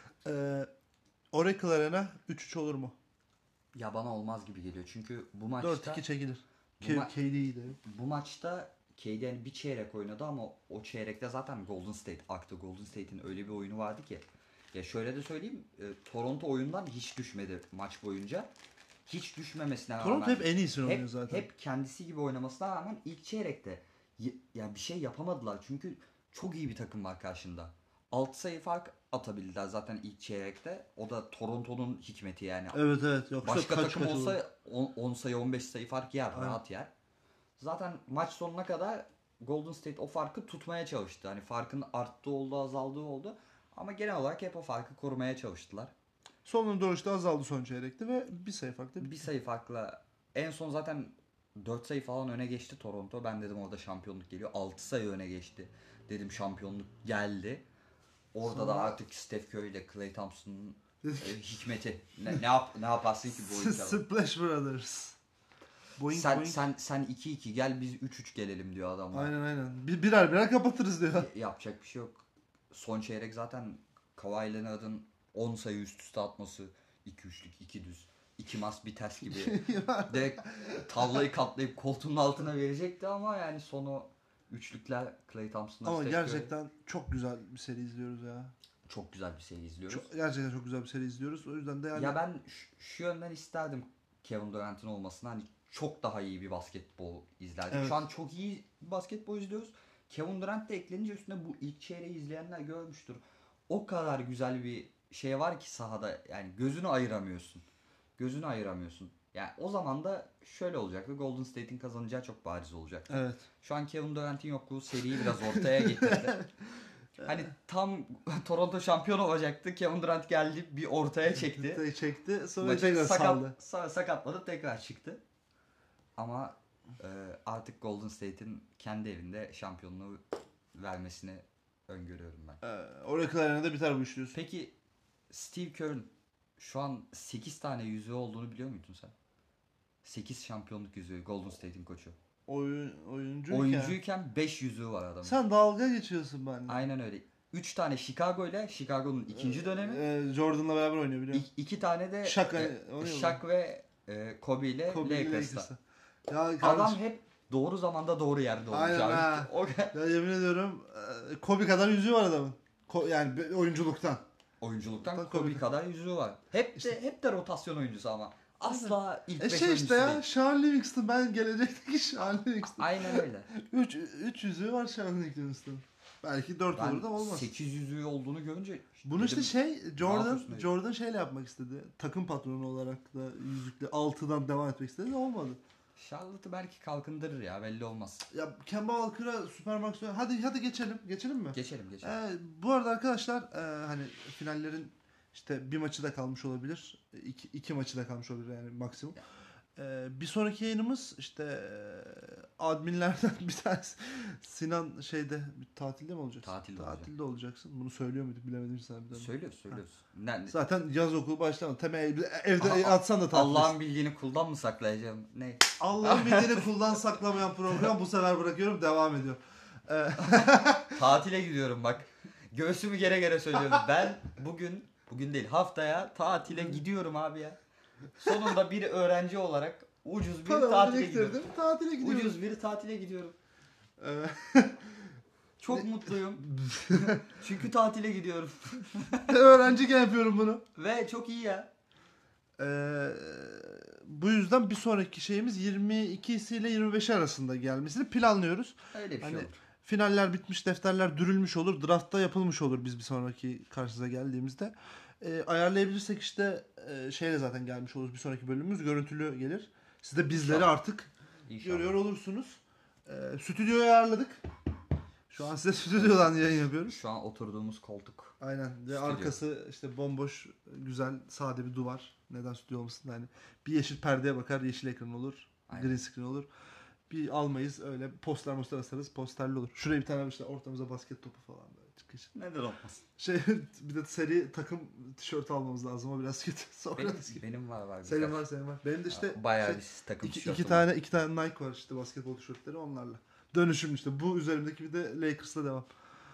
Speaker 1: Ee, Oracle Arena üç üç olur mu?
Speaker 2: Ya bana olmaz gibi geliyor çünkü bu maçta
Speaker 1: dört iki çekilir.
Speaker 2: bu,
Speaker 1: K-
Speaker 2: ma-
Speaker 1: K D'ydi.
Speaker 2: bu maçta K D yani bir çeyrek oynadı ama o çeyrekte zaten Golden State aktı. Golden State'in öyle bir oyunu vardı ki. Ya şöyle de söyleyeyim, e, Toronto oyundan hiç düşmedi maç boyunca. Hiç düşmemesine rağmen.
Speaker 1: Toronto hep en iyisini oynuyor
Speaker 2: hep,
Speaker 1: zaten.
Speaker 2: hep kendisi gibi oynamasına rağmen ilk çeyrekte y- ya bir şey yapamadılar. Çünkü çok iyi bir takım var karşında. altı sayı fark atabildiler zaten ilk çeyrekte. O da Toronto'nun hikmeti yani.
Speaker 1: Evet evet. Yoksa
Speaker 2: Başka
Speaker 1: kaç
Speaker 2: takım
Speaker 1: kaç olur.
Speaker 2: olsa on sayı on beş sayı fark yer,
Speaker 1: Aynen.
Speaker 2: rahat yer. Zaten maç sonuna kadar Golden State o farkı tutmaya çalıştı. Hani farkın arttığı oldu, azaldığı oldu. Ama genel olarak hep o farkı korumaya çalıştılar.
Speaker 1: Sonunda doğru işte azaldı son çeyrekte ve bir sayı farklı.
Speaker 2: Bir sayı farkla en son zaten dört sayı falan öne geçti Toronto. Ben dedim orada şampiyonluk geliyor. altı sayı öne geçti. Dedim şampiyonluk geldi. Orada
Speaker 1: Sonra-
Speaker 2: da artık Steph Curry ile Klay Thompson'ın e, hikmeti. Ne, ne yap ne yaparsın ki bu oyuncular?
Speaker 1: Splash Brothers. Boing,
Speaker 2: Sen
Speaker 1: boing.
Speaker 2: sen sen iki iki gel biz üç üç gelelim diyor adamlar.
Speaker 1: Aynen aynen. Bir, birer birer kapatırız diyor.
Speaker 2: Y- Yapacak bir şey yok. Son çeyrek zaten Kawhi Leonard'ın on sayı üst üste atması, iki üçlük, iki düz, iki mas bir ters gibi. Direkt tavlayı katlayıp koltuğunun altına verecekti ama yani sonu üçlükler Klay Thompson'la
Speaker 1: Ama
Speaker 2: Steph Curry.
Speaker 1: gerçekten çok güzel bir seri izliyoruz ya.
Speaker 2: Çok güzel bir seri izliyoruz.
Speaker 1: Çok, gerçekten çok güzel bir seri izliyoruz. O yüzden de yani
Speaker 2: Ya ben şu, şu yönden isterdim Kevin Durant'ın olmasını. Hani çok daha iyi bir basketbol izlerdik.
Speaker 1: Evet.
Speaker 2: Şu an çok iyi bir basketbol izliyoruz. Kevin Durant de eklenince üstüne bu ilk çeyreği izleyenler görmüştür. O kadar güzel bir şey var ki sahada yani gözünü ayıramıyorsun. Gözünü ayıramıyorsun. Yani o zaman da şöyle olacaktı. Golden State'in kazanacağı çok bariz olacak.
Speaker 1: evet.
Speaker 2: Şu an Kevin Durant'in yokluğu seriyi biraz ortaya getirdi. Hani tam Toronto şampiyon olacaktı. Kevin Durant geldi bir ortaya çekti.
Speaker 1: çekti. Sonra
Speaker 2: Maçı
Speaker 1: tekrar
Speaker 2: sakat,
Speaker 1: saldı.
Speaker 2: sonra sakatladı tekrar çıktı. Ama e, artık Golden State'in kendi evinde şampiyonluğu vermesini öngörüyorum ben.
Speaker 1: Ee, Oracle Arena'da biter bu iş diyorsun.
Speaker 2: Peki Steve Kerr'ün şu an sekiz tane yüzüğü olduğunu biliyor muydun sen? sekiz şampiyonluk yüzüğü Golden State'in koçu.
Speaker 1: Oyun, oyuncuyken.
Speaker 2: Oyuncuyken beş yüzüğü var adamın.
Speaker 1: Sen dalga geçiyorsun benimle.
Speaker 2: Aynen öyle. üç tane Chicago ile Chicago'nun ikinci dönemi.
Speaker 1: Ee, Jordan'la beraber oynuyor biliyor musun?
Speaker 2: İ- iki tane de
Speaker 1: Shaq,
Speaker 2: e,
Speaker 1: hani, oynuyor mu?
Speaker 2: Shaq ve e, Kobe ile
Speaker 1: Kobe ile
Speaker 2: Lakers'ta.
Speaker 1: Lakers'ta. Ya
Speaker 2: Adam
Speaker 1: kardeşim,
Speaker 2: hep doğru zamanda doğru yerde olmuş
Speaker 1: Aynen
Speaker 2: abi.
Speaker 1: ha.
Speaker 2: O,
Speaker 1: ya yemin ediyorum e, Kobe kadar yüzüğü var adamın. Ko- yani be- oyunculuktan.
Speaker 2: oyunculuktan
Speaker 1: Tabii,
Speaker 2: Kobe
Speaker 1: Kobe.
Speaker 2: kadar yüzüğü var. Hep de hep de rotasyon oyuncusu ama. asla ilk
Speaker 1: E
Speaker 2: beş
Speaker 1: şey
Speaker 2: oyuncusu
Speaker 1: işte ya
Speaker 2: değil.
Speaker 1: Sean Livingston, ben gelecekteki Sean Livingston.
Speaker 2: Aynen öyle.
Speaker 1: üç üç yüzüğü var Sean Livingston. Belki dört olur da
Speaker 2: Ben
Speaker 1: olmaz.
Speaker 2: sekiz yüzlü olduğunu görünce
Speaker 1: Bunu işte
Speaker 2: dedim,
Speaker 1: şey Jordan
Speaker 2: yapıyorsun dedim.
Speaker 1: Jordan şeyle yapmak istedi. Takım patronu olarak da yüzükle altıdan devam etmek istedi de olmadı.
Speaker 2: Charlotte'ı belki kalkındırır ya, belli olmaz.
Speaker 1: Ya Kemba Walker'a Supermax, hadi hadi geçelim. Geçelim mi?
Speaker 2: Geçelim geçelim.
Speaker 1: Ee, bu arada arkadaşlar e, hani finallerin işte bir maçı da kalmış olabilir. İki, iki maçı da kalmış olabilir yani maksimum. Ee, bir sonraki yayınımız işte e, adminlerden bir tanesi Sinan şeyde bir tatilde mi olacaksın?
Speaker 2: Tatilde
Speaker 1: Tatilde olacaksın. Bunu söylüyor muyduk bilemedim sana bir daha.
Speaker 2: Söylüyoruz söylüyoruz. Ne,
Speaker 1: Zaten yaz okulu başlamadı. Temel evde
Speaker 2: Aha,
Speaker 1: atsan da tatil.
Speaker 2: Allah'ın bildiğini kuldan mı saklayacağım? Ne?
Speaker 1: Allah'ın bildiğini kuldan saklamayan program bu sefer bırakıyorum, devam ediyor. Ee,
Speaker 2: Tatile gidiyorum bak. Göğsümü gere gere söylüyorum. Ben bugün, bugün değil haftaya tatile gidiyorum abi ya. Sonunda bir öğrenci olarak ucuz bir
Speaker 1: paramı
Speaker 2: tatile
Speaker 1: biriktirdim,
Speaker 2: gidiyorum.
Speaker 1: tatile gidiyorum.
Speaker 2: Ucuz bir tatile gidiyorum.
Speaker 1: Ee,
Speaker 2: Çok mutluyum. Çünkü tatile gidiyorum.
Speaker 1: öğrenciyken yapıyorum bunu.
Speaker 2: Ve çok iyi ya.
Speaker 1: Ee, bu yüzden bir sonraki şeyimiz yirmi ikisi ile yirmi beşi arasında gelmesini planlıyoruz.
Speaker 2: Öyle bir
Speaker 1: Hani
Speaker 2: şey olur.
Speaker 1: finaller bitmiş, defterler dürülmüş olur, draftta yapılmış olur biz bir sonraki karşınıza geldiğimizde. Ee, ayarlayabilirsek işte e, şeyle zaten gelmiş oluruz, bir sonraki bölümümüz görüntülü gelir. Siz de bizleri
Speaker 2: İnşallah.
Speaker 1: artık
Speaker 2: İnşallah.
Speaker 1: görüyor olursunuz. Ee, stüdyoyu ayarladık. Şu an size stüdyodan yayın yapıyoruz.
Speaker 2: Şu an oturduğumuz koltuk.
Speaker 1: Aynen. Ve
Speaker 2: Stüdyo.
Speaker 1: arkası işte bomboş, güzel, sade bir duvar. Neden stüdyo olmasın yani. Bir yeşil perdeye bakar, yeşil ekran olur.
Speaker 2: Aynen.
Speaker 1: Green screen olur. Bir almayız, öyle poster poster asarız, posterli olur. Şuraya bir tane işte ortamıza basket topu falan böyle çıkış.
Speaker 2: Neden olmaz?
Speaker 1: Şey bir de seri takım tişört almamız lazım, o biraz kötü. Sonra
Speaker 2: Benim,
Speaker 1: eski.
Speaker 2: benim var var.
Speaker 1: Senin
Speaker 2: birkaç.
Speaker 1: var, senin var. Benim de işte
Speaker 2: Bayağı
Speaker 1: şey,
Speaker 2: bir takım
Speaker 1: iki,
Speaker 2: tişörtüm
Speaker 1: iki tane iki tane Nike var işte, basketbol tişörtleri, onlarla. Dönüşüm işte. Bu üzerimdeki bir de Lakers'la devam.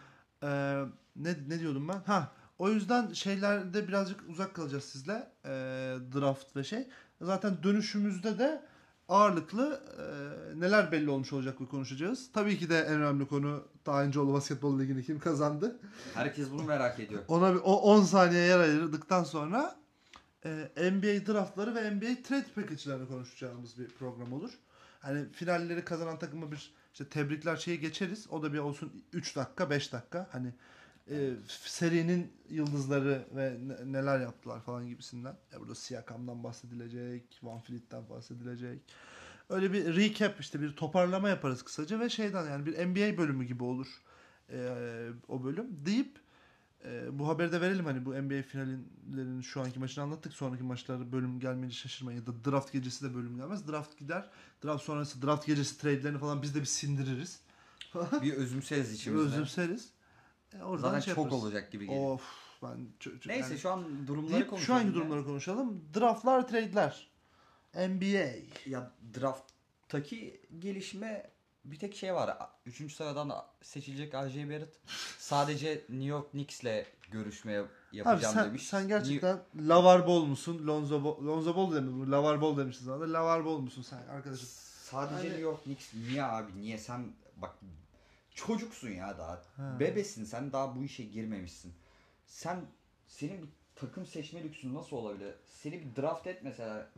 Speaker 1: Ee, ne ne diyordum ben? Ha, o yüzden şeylerde birazcık uzak kalacağız sizle. Ee, draft ve şey. Zaten dönüşümüzde de ağırlıklı e, neler belli olmuş olacak ve konuşacağız. Tabii ki de en önemli konu Tayıncıoğlu Basketbol Ligi'ni kim kazandı?
Speaker 2: Herkes bunu merak ediyor.
Speaker 1: Ona bir o on saniye yer ayırdıktan sonra e, N B A draftları ve N B A trade package'larını konuşacağımız bir program olur. Hani finalleri kazanan takıma bir işte tebrikler şeyi geçeriz. O da bir olsun üç dakika beş dakika. Hani e, serinin yıldızları ve ne- neler yaptılar falan gibisinden. Ya burada Siakam'dan bahsedilecek, Van Fleet'ten bahsedilecek. Öyle bir recap, işte bir toparlama yaparız kısaca ve şeyden yani bir N B A bölümü gibi olur e, o bölüm deyip e, bu haberi de verelim. Hani bu N B A finallerinin şu anki maçını anlattık. Sonraki maçları bölüm gelmeyince şaşırmayın. Ya da draft gecesi de bölüm gelmez. Draft gider. Draft sonrası draft gecesi trade'lerini falan biz de bir sindiririz.
Speaker 2: Bir özümseriz içimizde.
Speaker 1: Özümseriz. E, oradan
Speaker 2: Zaten
Speaker 1: şey
Speaker 2: çok
Speaker 1: yaparız.
Speaker 2: olacak gibi geliyor.
Speaker 1: Of ben çö- çö-
Speaker 2: Neyse
Speaker 1: yani
Speaker 2: şu an durumları
Speaker 1: deyip
Speaker 2: konuşalım.
Speaker 1: şu anki
Speaker 2: ya.
Speaker 1: durumları konuşalım. Draftlar, trade'ler. N B A.
Speaker 2: Ya drafttaki gelişme bir tek şey var. Üçüncü sıradan seçilecek R J Barrett sadece New York Knicks'le görüşmeye
Speaker 1: Abi
Speaker 2: yapacağım
Speaker 1: sen,
Speaker 2: demiş.
Speaker 1: sen gerçekten Lavar Ball musun? Lonzo Ball, Lonzo Ball demiş. Lavar Ball demişsin sana. Lavar Ball musun sen arkadaşım?
Speaker 2: Sadece
Speaker 1: Hani-
Speaker 2: New York Knicks niye abi? Niye sen bak çocuksun ya daha.
Speaker 1: Ha.
Speaker 2: Bebesin sen, daha bu işe girmemişsin. Sen senin bir takım seçme lüksün nasıl olabilir? Seni bir draft et mesela.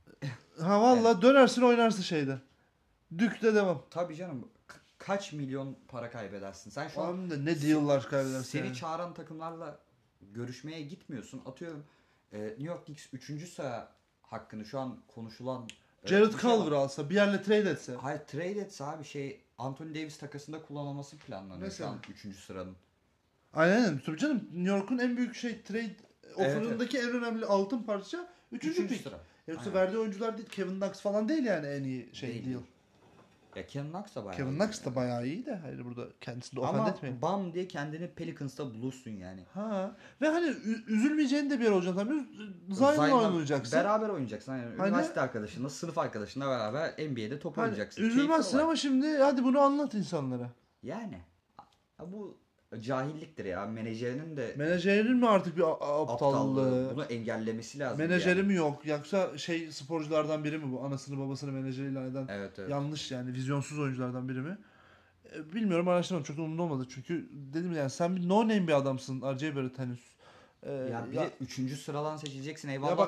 Speaker 1: Ha valla dönersin oynarsın şeyde. Dük'te devam.
Speaker 2: Tabii canım ka- kaç milyon para kaybedersin? Sen şu an
Speaker 1: Abi de ne deal'lar kaybedersin.
Speaker 2: seni
Speaker 1: yani.
Speaker 2: çağıran takımlarla görüşmeye gitmiyorsun. Atıyorum e, New York Knicks üçüncü sıra hakkını şu an konuşulan e,
Speaker 1: Jared
Speaker 2: bir şey
Speaker 1: Culver
Speaker 2: var.
Speaker 1: alsa, bir yerle trade etse.
Speaker 2: Hayır, trade etse abi şey Anthony Davis takasında kullanılması planlanıyor
Speaker 1: Mesela.
Speaker 2: şu an üçüncü sıranın.
Speaker 1: Aynen öyle. Tabii canım New York'un en büyük şey trade offer'ındaki en önemli altın parça üçüncü
Speaker 2: Üçüncü
Speaker 1: pick.
Speaker 2: sıra.
Speaker 1: Yoksa
Speaker 2: Aynen.
Speaker 1: verdiği oyuncular değil. Kevin Knox falan değil yani en iyi şey
Speaker 2: Değil,
Speaker 1: deal.
Speaker 2: değil. Ya Kevin Knox da bayağı
Speaker 1: Kevin
Speaker 2: iyi
Speaker 1: Knox da
Speaker 2: yani.
Speaker 1: bayağı iyi de. Hayır burada kendisini de offend
Speaker 2: Ama
Speaker 1: etmeyin.
Speaker 2: bam diye kendini Pelicans'ta bulursun yani.
Speaker 1: Ha. Ve hani ü- üzülmeyeceğin de bir yer olacak tabii. Zion'la
Speaker 2: Zion'la
Speaker 1: oynayacaksın.
Speaker 2: Beraber oynayacaksın. Yani
Speaker 1: Hani-
Speaker 2: üniversite arkadaşınla, sınıf arkadaşınla beraber N B A'de top
Speaker 1: Hani
Speaker 2: oynayacaksın.
Speaker 1: üzülmezsin
Speaker 2: Keyifli
Speaker 1: ama şimdi hadi bunu anlat insanlara.
Speaker 2: yani. Ya bu cahilliktir ya. Menajerinin de
Speaker 1: Menajerin mi artık bir a- aptallığı?
Speaker 2: aptallığı. Bunu engellemesi lazım.
Speaker 1: Menajeri
Speaker 2: yani.
Speaker 1: mi yok? Yoksa şey sporculardan biri mi bu? Anasını babasını menajer ilan eden
Speaker 2: Evet evet.
Speaker 1: yanlış yani vizyonsuz oyunculardan biri mi? E, Bilmiyorum, araştırmadım. Çok da umurumda olmadı. Çünkü dedim yani sen bir no name bir adamsın. R J Barrett henüz. E,
Speaker 2: Ya bir
Speaker 1: ya-
Speaker 2: de üçüncü sıradan seçileceksin eyvallah
Speaker 1: Ya bak-
Speaker 2: da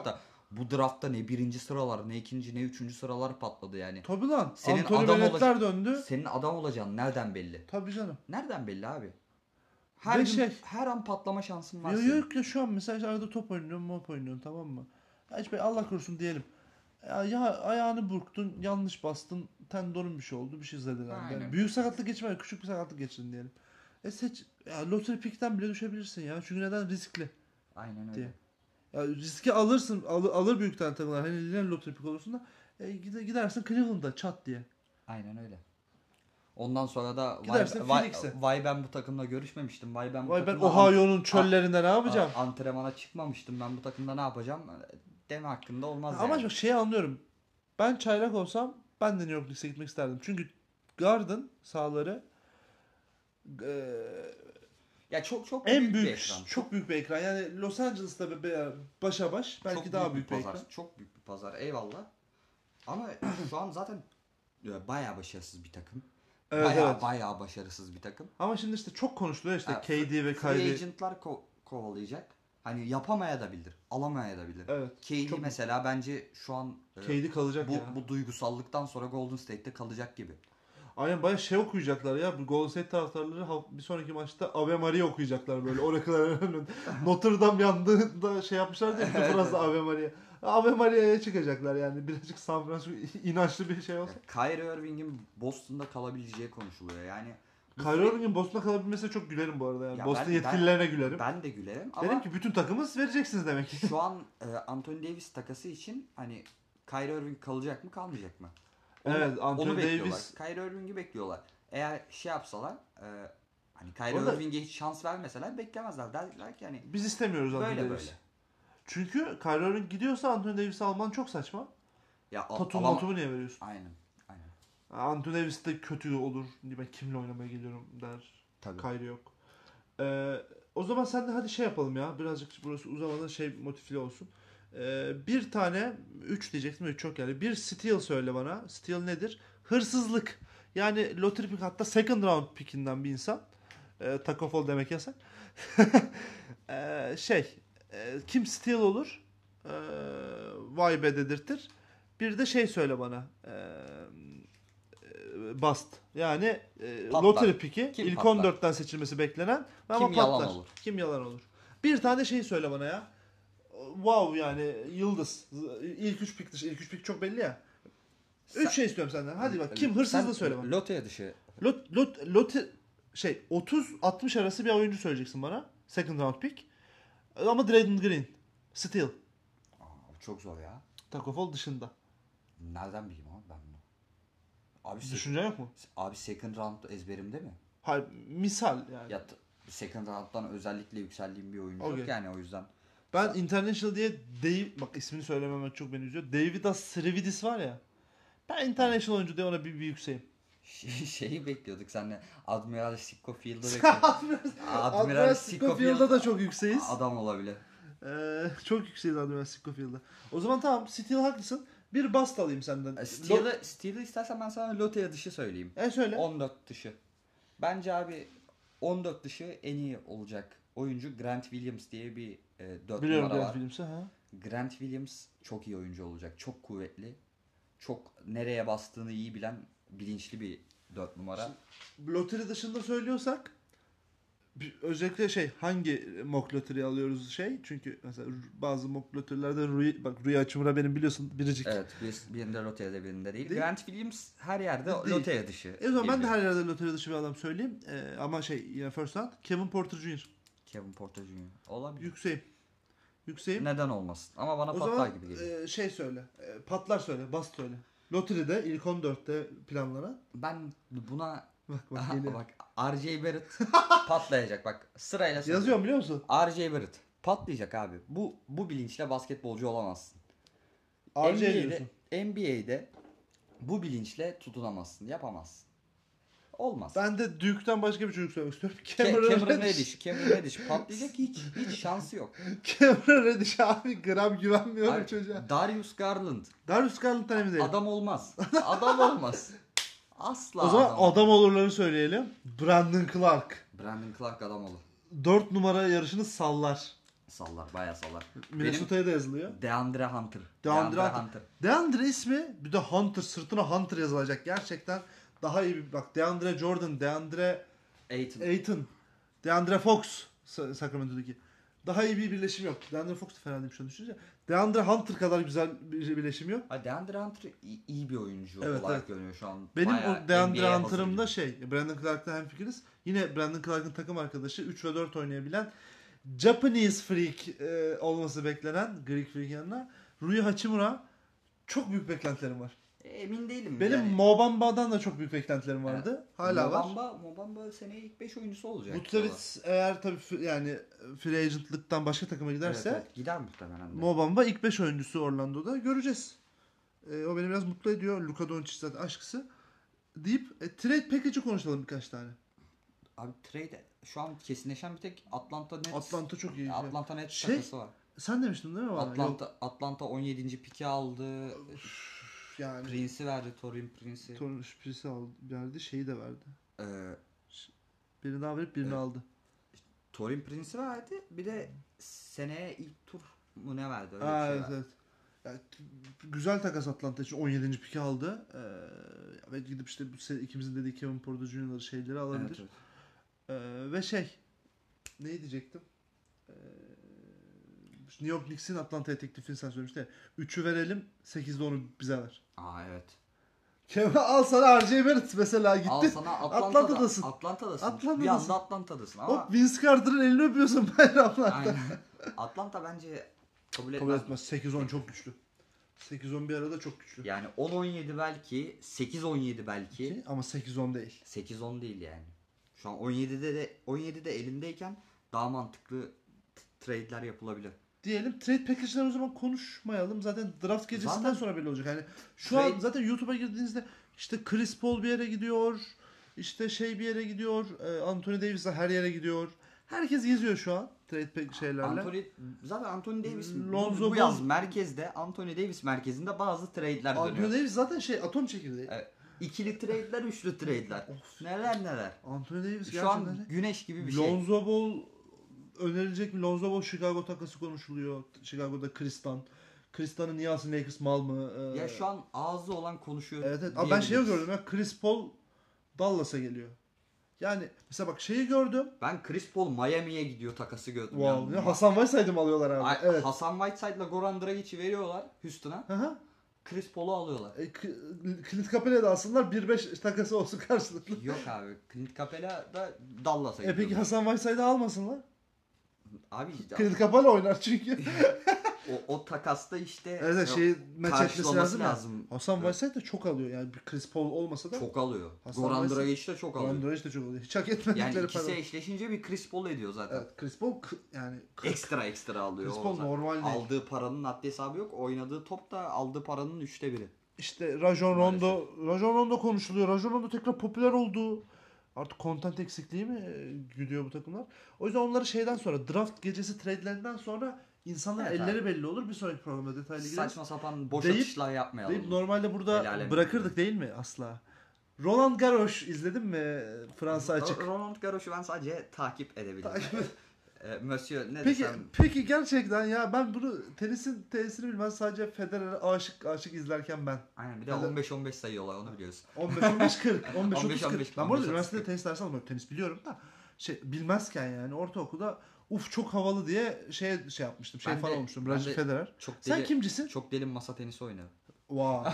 Speaker 2: bu draftta ne birinci sıralar, ne ikinci, ne üçüncü sıralar patladı yani.
Speaker 1: Tabii lan.
Speaker 2: Senin
Speaker 1: Anthony
Speaker 2: adam
Speaker 1: Bennett'ler
Speaker 2: olacak-
Speaker 1: döndü.
Speaker 2: Senin adam olacağın nereden belli?
Speaker 1: Tabii canım.
Speaker 2: Nereden belli abi? Her
Speaker 1: Ve
Speaker 2: gün,
Speaker 1: şey-
Speaker 2: her an patlama şansın var
Speaker 1: Yok
Speaker 2: senin.
Speaker 1: yok ya şu an mesela arada top oynuyorsun, mop oynuyorsun, tamam mı? Ya hiç be- Allah korusun diyelim. Ya, ya ayağını burktun, yanlış bastın, tendonun bir şey oldu, bir şey zedelendi.
Speaker 2: Aynen.
Speaker 1: Yani büyük sakatlık geçmedi, küçük bir sakatlık geçirdin diyelim. E seç, ya lottery pick'ten bile düşebilirsin ya. Çünkü neden? Riskli.
Speaker 2: Aynen öyle.
Speaker 1: Diye. Ya riski alırsın, al, alır büyük tane takımlar. Hani yine lottery pick olursun da e, gide- gidersin Cleveland'da çat diye.
Speaker 2: Aynen öyle. Ondan sonra da vay,
Speaker 1: Gidersin
Speaker 2: vay,
Speaker 1: Phoenix'e.
Speaker 2: vay ben bu takımla görüşmemiştim. Vay ben bu
Speaker 1: Vay ben
Speaker 2: takımla
Speaker 1: Ohio'nun çöllerinde ne
Speaker 2: an-
Speaker 1: yapacağım?
Speaker 2: a- antrenmana çıkmamıştım. Ben bu takımda ne yapacağım? Deme hakkında olmaz
Speaker 1: Ama
Speaker 2: yani.
Speaker 1: bak şeyi anlıyorum. Ben çaylak olsam ben de New York Knicks'e gitmek isterdim. Çünkü Garden sahaları e,
Speaker 2: Ya çok çok
Speaker 1: en
Speaker 2: büyük,
Speaker 1: büyük,
Speaker 2: bir ekran.
Speaker 1: çok büyük bir ekran. Yani Los Angeles'ta be- be- başa baş belki
Speaker 2: çok
Speaker 1: daha büyük bir
Speaker 2: pazar.
Speaker 1: ekran.
Speaker 2: Çok büyük bir pazar. Eyvallah. Ama şu an zaten e, bayağı başarısız bir takım.
Speaker 1: Evet,
Speaker 2: bayağı
Speaker 1: evet.
Speaker 2: bayağı başarısız bir takım.
Speaker 1: Ama şimdi işte çok konuşuluyor işte
Speaker 2: Ha,
Speaker 1: K D ve
Speaker 2: Free
Speaker 1: Kyrie.
Speaker 2: agent'lar ko- kovalayacak. Hani yapamaya da bilir, alamaya da bilir.
Speaker 1: Evet.
Speaker 2: K D
Speaker 1: çok-
Speaker 2: mesela bence şu an e,
Speaker 1: K D kalacak
Speaker 2: bu,
Speaker 1: ya.
Speaker 2: bu duygusallıktan sonra Golden State'te kalacak gibi.
Speaker 1: Aynen bayağı şey okuyacaklar ya. Bu Golden State taraftarları ha- bir sonraki maçta Ave Maria okuyacaklar böyle. Oracle'ın Notre Dame yandığında şey yapmışlar diye
Speaker 2: Evet,
Speaker 1: burası
Speaker 2: evet.
Speaker 1: Ave Maria. Ave Maria'ya çıkacaklar yani. Birazcık San Francisco inançlı bir şey olsa.
Speaker 2: Kyrie Irving'in Boston'da kalabileceği konuşuluyor. Yani bu
Speaker 1: Kyrie
Speaker 2: free-
Speaker 1: Irving'in Boston'a kalabilmesine çok gülerim bu arada yani.
Speaker 2: Ya
Speaker 1: Boston
Speaker 2: ben-
Speaker 1: yetkililerine gülerim.
Speaker 2: ben de gülerim ama
Speaker 1: Derim ki bütün takımız vereceksiniz demek ki.
Speaker 2: şu an e, Anthony Davis takası için hani Kyrie Irving kalacak mı kalmayacak mı? Onu-
Speaker 1: Evet, Anthony
Speaker 2: onu bekliyorlar.
Speaker 1: Davis-
Speaker 2: Kyrie Irving'i bekliyorlar. Eğer şey yapsalar e, hani Kyrie
Speaker 1: Orada-
Speaker 2: Irving'e hiç şans vermeseler beklemezler. Derler ki hani
Speaker 1: Biz istemiyoruz Anthony
Speaker 2: böyle
Speaker 1: Davis.
Speaker 2: böyle.
Speaker 1: Çünkü Kyrie Irving gidiyorsa Anthony Davis'i alman çok saçma.
Speaker 2: Ya al-
Speaker 1: Tatum
Speaker 2: alam-
Speaker 1: matumu niye veriyorsun?
Speaker 2: Aynen. Aynen.
Speaker 1: Anthony Davis de kötü olur. Ben kimle oynamaya geliyorum der.
Speaker 2: Tabii.
Speaker 1: Kyrie yok. Ee, o zaman sen de hadi şey yapalım ya. Birazcık burası uzamadan şey motifli olsun. Ee, bir tane üç diyecektim. üç çok yani. Bir steal söyle bana. Steal nedir? Hırsızlık. Yani lottery pick hatta second round pickinden bir insan. Ee, taco fall demek yasak. ee, şey. E, kim steal olur? Ee, vay be dedirtir. Bir de şey söyle bana. Ee, e, bust. Yani e,
Speaker 2: Patlar.
Speaker 1: lottery pick'i
Speaker 2: Kim
Speaker 1: ilk
Speaker 2: patlar?
Speaker 1: on dörtten seçilmesi beklenen ama
Speaker 2: Kim yalan
Speaker 1: patlar.
Speaker 2: olur?
Speaker 1: Kim yalan olur? Bir tane şey söyle bana ya. Wow yani yıldız. İlk üç pick dışı. İlk üç pick çok belli ya. Üç
Speaker 2: Sen-
Speaker 1: şey istiyorum senden. Hadi bak kim hırsızlığı
Speaker 2: Sen
Speaker 1: söyle bana.
Speaker 2: Lotoya dışı.
Speaker 1: Lot, lot, lot, şey otuz altmış arası bir oyuncu söyleyeceksin bana. Second round pick. Ama Draymond Green. Steal.
Speaker 2: Aa, bu çok zor ya.
Speaker 1: Taco Fall dışında.
Speaker 2: Nereden bileyim abi ben bunu? Abi, se-
Speaker 1: Düşünce yok mu?
Speaker 2: abi second round ezberimde mi?
Speaker 1: Hayır misal yani.
Speaker 2: Ya t- second round'dan özellikle yükseldiğim bir oyuncu
Speaker 1: Okey.
Speaker 2: yok yani o yüzden.
Speaker 1: Ben International diye Dave, bak ismini söylememek çok beni üzüyor. Davidas Srividis var ya. Ben International oyuncu diye ona bir, bir yükseğim.
Speaker 2: Şey- Şeyi bekliyorduk seninle. Admiral Sikofield'ı bekliyorduk.
Speaker 1: Admiral Scofield'da da çok yükseğiz.
Speaker 2: Adam olabilir.
Speaker 1: Ee, çok yükseğiz Admiral Scofield'da. O zaman tamam Steel haklısın. Bir bust alayım senden. Lo-
Speaker 2: Steel'ı, Steel'ı istersen ben sana Loteya dışı söyleyeyim.
Speaker 1: E söyle.
Speaker 2: on dört dışı. Bence abi on dört dışı en iyi olacak oyuncu Grant Williams diye bir e, dört
Speaker 1: Biliyorum
Speaker 2: numara
Speaker 1: Grant
Speaker 2: var.
Speaker 1: Williams'ı ha.
Speaker 2: Grant Williams çok iyi oyuncu olacak. Çok kuvvetli. Çok nereye bastığını iyi bilen bilinçli bir dört numara.
Speaker 1: Lottery dışında söylüyorsak bir- özellikle şey hangi mock lottery alıyoruz şey çünkü mesela bazı mock lotterylerde Rui, bak Rui Hachimura benim biliyorsun biricik.
Speaker 2: Evet, bir, birinde Lotea'da birinde değil.
Speaker 1: Değil.
Speaker 2: Grant Williams her yerde
Speaker 1: Değil.
Speaker 2: Lotea dışı.
Speaker 1: E o zaman ben de
Speaker 2: geliyor.
Speaker 1: her yerde lottery dışı bir adam söyleyeyim. Ee, ama şey yine first round Kevin Porter Junior
Speaker 2: Kevin Porter Junior Olabilir.
Speaker 1: Yükseğim. Yükseğim.
Speaker 2: Neden olmasın? Ama bana
Speaker 1: O
Speaker 2: patlar
Speaker 1: zaman
Speaker 2: gibi geliyor.
Speaker 1: e, şey söyle. E, patlar söyle. Bast söyle. Lottery'de ilk on dörtte planlanan.
Speaker 2: Ben buna
Speaker 1: Bak bak geliyor.
Speaker 2: bak R J Barrett patlayacak bak sırayla söylüyorum.
Speaker 1: Yazıyorum biliyor musun?
Speaker 2: R J Barrett patlayacak abi. Bu bu bilinçle basketbolcu olamazsın.
Speaker 1: R J
Speaker 2: N B A'de
Speaker 1: diyorsun.
Speaker 2: N B A'de bu bilinçle tutunamazsın, yapamazsın. Olmaz.
Speaker 1: Ben de Duke'den başka bir çocuk söylemek istiyorum.
Speaker 2: Ke-
Speaker 1: Cameron,
Speaker 2: Cameron
Speaker 1: Reddish.
Speaker 2: Reddish, Cameron Reddish patlayacak hiç hiç şansı yok.
Speaker 1: Cameron Reddish abi gram güvenmiyorum
Speaker 2: Abi,
Speaker 1: çocuğa.
Speaker 2: Darius Garland
Speaker 1: Darius Garland'dan emin değilim.
Speaker 2: adam olmaz. Adam olmaz. Asla
Speaker 1: O zaman
Speaker 2: adam,
Speaker 1: adam olurları söyleyelim. Brandon Clark.
Speaker 2: Brandon Clark adam olur.
Speaker 1: dört numara yarışını sallar.
Speaker 2: sallar, bayağı sallar.
Speaker 1: Minnesota'ya da yazılıyor.
Speaker 2: DeAndre Hunter.
Speaker 1: DeAndre,
Speaker 2: DeAndre
Speaker 1: Hunter. DeAndre ismi bir de Hunter, sırtına Hunter yazılacak. Gerçekten daha iyi bir bak. DeAndre Jordan, DeAndre
Speaker 2: Ayton.
Speaker 1: Ayton, DeAndre Fox Sacramento'daki. Daha iyi bir birleşim yok. DeAndre Fox da fena değil şu an düşününce. DeAndre Hunter kadar güzel bir birleşim yok.
Speaker 2: Ha, DeAndre Hunter iyi, iyi bir oyuncu
Speaker 1: evet,
Speaker 2: olarak
Speaker 1: evet.
Speaker 2: görünüyor şu an.
Speaker 1: Benim
Speaker 2: bayağı
Speaker 1: o DeAndre Hunter'ımda şey, Brandon Clark'ta hemfikiriz. Yine Brandon Clark'ın takım arkadaşı üç ve dört oynayabilen Japanese Freak e, olması beklenen Greek Freak yanına Rui Hachimura. Çok büyük beklentilerim var.
Speaker 2: Emin değilim.
Speaker 1: Benim
Speaker 2: yani.
Speaker 1: Mo Bamba'dan da çok büyük beklentilerim vardı. Evet. Hala
Speaker 2: Mobamba,
Speaker 1: var.
Speaker 2: Mobamba seneye ilk beş oyuncusu olacak.
Speaker 1: Vucevic eğer tabii yani free agentlıktan başka takıma giderse
Speaker 2: evet, evet. Gider muhtemelen de.
Speaker 1: Mo Bamba ilk beş oyuncusu Orlando'da göreceğiz. E, o beni biraz mutlu ediyor. Luka Doncic zaten aşkısı. Deyip e, trade package'i konuşalım birkaç tane.
Speaker 2: Abi trade şu an kesinleşen bir tek Atlanta Nets.
Speaker 1: Atlanta çok iyi.
Speaker 2: Atlanta Nets
Speaker 1: şey,
Speaker 2: takası var.
Speaker 1: Sen demiştin değil mi bana?
Speaker 2: Atlanta Yok. Atlanta on yedinci piki aldı.
Speaker 1: Üf, yani
Speaker 2: Prince'i verdi, Torin Prince'i.
Speaker 1: Torin Prince'i aldı, verdi, şeyi de verdi.
Speaker 2: Ee,
Speaker 1: birini daha verip birini evet. aldı.
Speaker 2: Torin Prince'i verdi. Bir de seneye ilk tur mu ne verdi? Öyle
Speaker 1: Aa,
Speaker 2: bir şey
Speaker 1: evet, evet. Yani, güzel takas Atlanta için on yedinci piki aldı. Ee, ve gidip işte bu ikimizin dediği Kevin Porter Junior'ları şeyleri alabilir. Evet, evet. Ee, ve şey ne diyecektim? Ee, New York Knicks'in Atlanta'ya teklifini sen söylemiştin. üçü verelim, sekizde onu bize ver.
Speaker 2: Aa evet.
Speaker 1: Kevin al sana R J Barrett mesela gitti.
Speaker 2: Al sana Atlanta'da,
Speaker 1: Atlanta'dasın.
Speaker 2: Atlanta'dasın.
Speaker 1: Atlanta'dasın.
Speaker 2: Bir anda Atlanta'dasın ama.
Speaker 1: Hop Vince Carter'ın elini öpüyorsun bayramlarda.
Speaker 2: Aynen. Atlanta bence kabul etmez.
Speaker 1: Kabul etmez. sekiz on çok güçlü. sekiz on bir arada çok güçlü.
Speaker 2: Yani on on yedi belki, sekiz on yedi belki.
Speaker 1: Ki, ama sekiz on değil.
Speaker 2: sekiz on değil yani. Şu an on yedide de on yedide elindeyken daha mantıklı trade'ler yapılabilir.
Speaker 1: Diyelim trade package'den o zaman konuşmayalım. Zaten draft gecesinden zaten, sonra belli olacak. Yani şu trade... an zaten YouTube'a girdiğinizde işte Chris Paul bir yere gidiyor. İşte şey bir yere gidiyor. Anthony Davis her yere gidiyor. Herkes geziyor şu an trade pack şeylerle.
Speaker 2: Anthony, zaten Anthony Davis
Speaker 1: Lonzo
Speaker 2: bu, bu yaz merkezde, Anthony Davis merkezinde bazı trade'ler dönüyor.
Speaker 1: Anthony Davis zaten şey atom çekirdeği.
Speaker 2: Evet. İkili trade'ler, üçlü trade'ler. Neler neler.
Speaker 1: Anthony Davis
Speaker 2: şu an güneş gibi bir şey.
Speaker 1: Lonzo Ball önerilecek mi? Lonzo Ball Chicago takası konuşuluyor. Chicago'da Kristan. Kristan'ın niye alsın Lakers mal mı? Ee,
Speaker 2: ya şu an ağzı olan konuşuyor.
Speaker 1: Evet evet. Abi ben şeyi gördüm ya. Chris Paul Dallas'a geliyor. Yani mesela bak şeyi gördüm.
Speaker 2: Ben Chris Paul Miami'ye gidiyor takası gördüm.
Speaker 1: Wow. Ya. Hasan Whiteside'ı mı alıyorlar abi?
Speaker 2: Ay,
Speaker 1: evet.
Speaker 2: Hasan Whiteside'la Goran Dragic'i veriyorlar Houston'a.
Speaker 1: Hı hı.
Speaker 2: Chris Paul'u alıyorlar.
Speaker 1: E, Clint Capela'ya da alsınlar bir beş takası olsun karşılıklı.
Speaker 2: Yok abi. Clint Capela da Dallas'a gidiyor.
Speaker 1: E peki Hasan Whiteside'ı almasınlar?
Speaker 2: Abi işte.
Speaker 1: Clint Capela oynar çünkü.
Speaker 2: o, o takasta işte
Speaker 1: evet şey maç etmesi lazım.
Speaker 2: lazım.
Speaker 1: Hasan Whiteside de çok alıyor yani Chris Paul olmasa da.
Speaker 2: Çok alıyor.
Speaker 1: Hasan
Speaker 2: Goran Dragic de çok alıyor.
Speaker 1: Goran Dragic de çok alıyor. Hiç hak etmedikleri
Speaker 2: yani ikisi
Speaker 1: para.
Speaker 2: eşleşince bir Chris Paul ediyor zaten.
Speaker 1: Evet Chris Paul yani
Speaker 2: kırk. Ekstra ekstra alıyor.
Speaker 1: Chris Paul normal değil.
Speaker 2: Aldığı paranın haddi hesabı yok. Oynadığı top da aldığı paranın üçte biri.
Speaker 1: İşte Rajon Rondo, Rajon Rondo konuşuluyor. Rajon Rondo tekrar popüler oldu. Artık content eksikliği mi gidiyor bu takımlar? O yüzden onları şeyden sonra draft gecesi trade'lerinden sonra insanların evet, elleri abi. belli olur. Bir sonraki programda detaylı gireriz.
Speaker 2: Saçma sapan boş deyip, atışlar yapmayalım.
Speaker 1: Deyip normalde burada Helalem bırakırdık değil mi asla? Roland Garros izledin mi? Fransa açık.
Speaker 2: Roland Garros'u ben sadece takip edebilirim. Monsieur ne
Speaker 1: peki,
Speaker 2: desem...
Speaker 1: Peki gerçekten ya ben bunu tenisin tesirini bilmez sadece Federer'e aşık aşık izlerken ben.
Speaker 2: Aynen bir de on beş on beş sayıyorlar onu biliyorsun.
Speaker 1: on beş on beş kırk on beş otuz kırk Ben bu arada üniversitede tenis dersi almıyorum. Tenis biliyorum da şey bilmezken yani ortaokulda uf çok havalı diye şey şey yapmıştım. Şey ben falan de, olmuştum. Roger Federer.
Speaker 2: Çok
Speaker 1: Sen
Speaker 2: deli,
Speaker 1: kimcisin?
Speaker 2: Çok deli masa tenisi oynadım.
Speaker 1: Wow.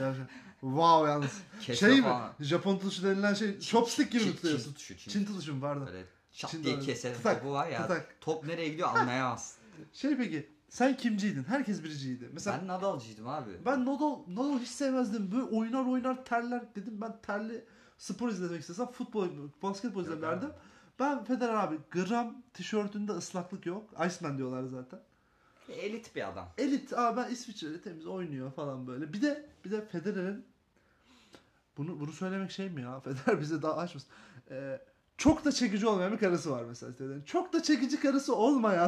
Speaker 1: wow yalnız.
Speaker 2: Keşke
Speaker 1: şey
Speaker 2: falan.
Speaker 1: mi? Japon tutuşu denilen şey chopstick gibi
Speaker 2: Çin,
Speaker 1: tutuyorsun.
Speaker 2: Çin tutuşu. Çin,
Speaker 1: Çin tutuşu mu pardon.
Speaker 2: Böyle çat Çin diye keselim topu var ya. Tutak. Top nereye gidiyor anlayamazsın.
Speaker 1: Şey peki sen kimciydin? Herkes biriciydi. Mesela
Speaker 2: ben Nadal'cıydım abi.
Speaker 1: Ben Nadal, Nadal hiç sevmezdim. Böyle oynar oynar terler dedim. Ben terli spor izlemek istesem futbol, basketbol izlerdim. Ben Federer abi gram tişörtünde ıslaklık yok. Iceman diyorlar zaten.
Speaker 2: Elit bir adam.
Speaker 1: Elit abi ben İsviçre'de temiz oynuyor falan böyle. Bir de bir de Federer'in bunu bunu söylemek şey mi ya? Federer bize daha açmasın. Ee, çok da çekici olmayan bir karısı var mesela. Çok da çekici karısı olmayan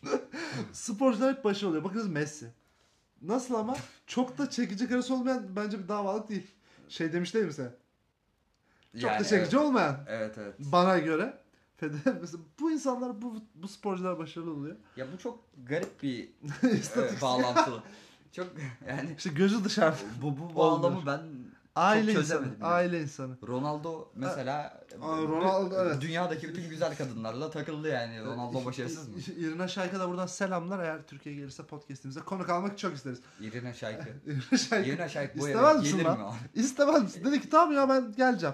Speaker 1: sporcular hep başarılı oluyor. Bakınız Messi. Nasıl ama? Çok da çekici karısı olmayan bence bir davalık değil. Şey demiş değil mi sen? Çok yani da çekici
Speaker 2: evet.
Speaker 1: olmayan.
Speaker 2: Evet evet.
Speaker 1: Bana göre. Federer mesela bu insanlar bu bu sporcular başarılı oluyor.
Speaker 2: Ya bu çok garip bir e, bağlantılı. Çok yani
Speaker 1: İşte gözü dışarıda.
Speaker 2: bu bu bağlamı
Speaker 1: Olmuyor.
Speaker 2: ben
Speaker 1: Aile
Speaker 2: çok
Speaker 1: insanı.
Speaker 2: çözemedim. yani.
Speaker 1: Aile insanı.
Speaker 2: Ronaldo mesela
Speaker 1: Aa, Ronaldo, evet.
Speaker 2: dünyadaki bütün güzel kadınlarla takıldı yani. Ronaldo başarısız mı?
Speaker 1: İrina Şayk'a da buradan selamlar. Eğer Türkiye'ye gelirse podcast'imize konuk almak çok isteriz.
Speaker 2: Irina Shayk'ı.
Speaker 1: Irina Shayk.
Speaker 2: Irina Shayk bu
Speaker 1: İstemez
Speaker 2: eve
Speaker 1: misin
Speaker 2: gelir
Speaker 1: lan?
Speaker 2: mi abi?
Speaker 1: İstemez misin? Dedi ki tamam ya ben geleceğim.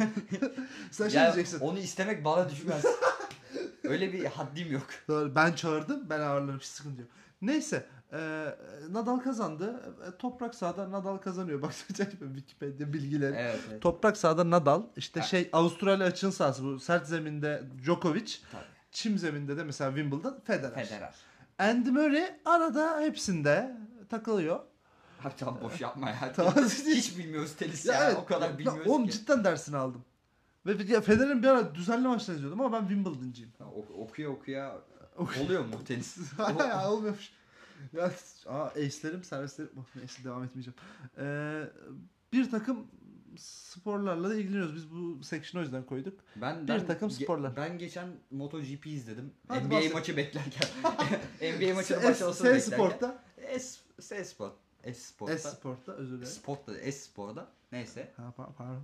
Speaker 1: Sen şey
Speaker 2: Ya
Speaker 1: diyeceksin.
Speaker 2: onu istemek bana düşmez. Öyle bir haddim yok.
Speaker 1: Doğru, ben çağırdım, ben ağırlarım, hiç sıkıntı yok. Neyse, e, Nadal kazandı. E, toprak sahada Nadal kazanıyor. Bak Wikipedia bilgileri.
Speaker 2: Evet, evet.
Speaker 1: Toprak sahada Nadal, işte
Speaker 2: Ha.
Speaker 1: şey Avustralya açığın sahası bu. Sert zeminde Djokovic,
Speaker 2: Tabii.
Speaker 1: çim zeminde de mesela Wimbledon Federer.
Speaker 2: Federer.
Speaker 1: Andy Murray arada hepsinde takılıyor.
Speaker 2: Abi tamam boş yapma ya.
Speaker 1: Tamam.
Speaker 2: Hiç bilmiyoruz tenis ya.
Speaker 1: evet,
Speaker 2: O kadar
Speaker 1: ya,
Speaker 2: bilmiyoruz
Speaker 1: oğlum
Speaker 2: ki.
Speaker 1: cidden dersini aldım. Ve ya Federer'in bir ara düzenli maçlarını izliyordum ama ben Wimbledon'cıyım.
Speaker 2: Ha, ok- okuya okuya oluyor mu tenis?
Speaker 1: Hayır ya olmuyormuş. Ya, aa, ace'lerim, servislerim. Oh, neyse devam etmeyeceğim. Ee, bir takım sporlarla da ilgileniyoruz. Biz bu section'ı o yüzden koyduk.
Speaker 2: Ben,
Speaker 1: Bir
Speaker 2: ben
Speaker 1: takım
Speaker 2: ge-
Speaker 1: sporlar.
Speaker 2: Ben geçen MotoGP izledim.
Speaker 1: Hadi
Speaker 2: N B A
Speaker 1: bahset.
Speaker 2: maçı beklerken. N B A maçının
Speaker 1: S-
Speaker 2: başlamasını
Speaker 1: S
Speaker 2: beklerken.
Speaker 1: Sport'ta.
Speaker 2: S, S Sport. S Sport'ta.
Speaker 1: S Sport'ta özür dilerim.
Speaker 2: Sport'ta, S Spor'da. Neyse.
Speaker 1: Ha, pa- pardon.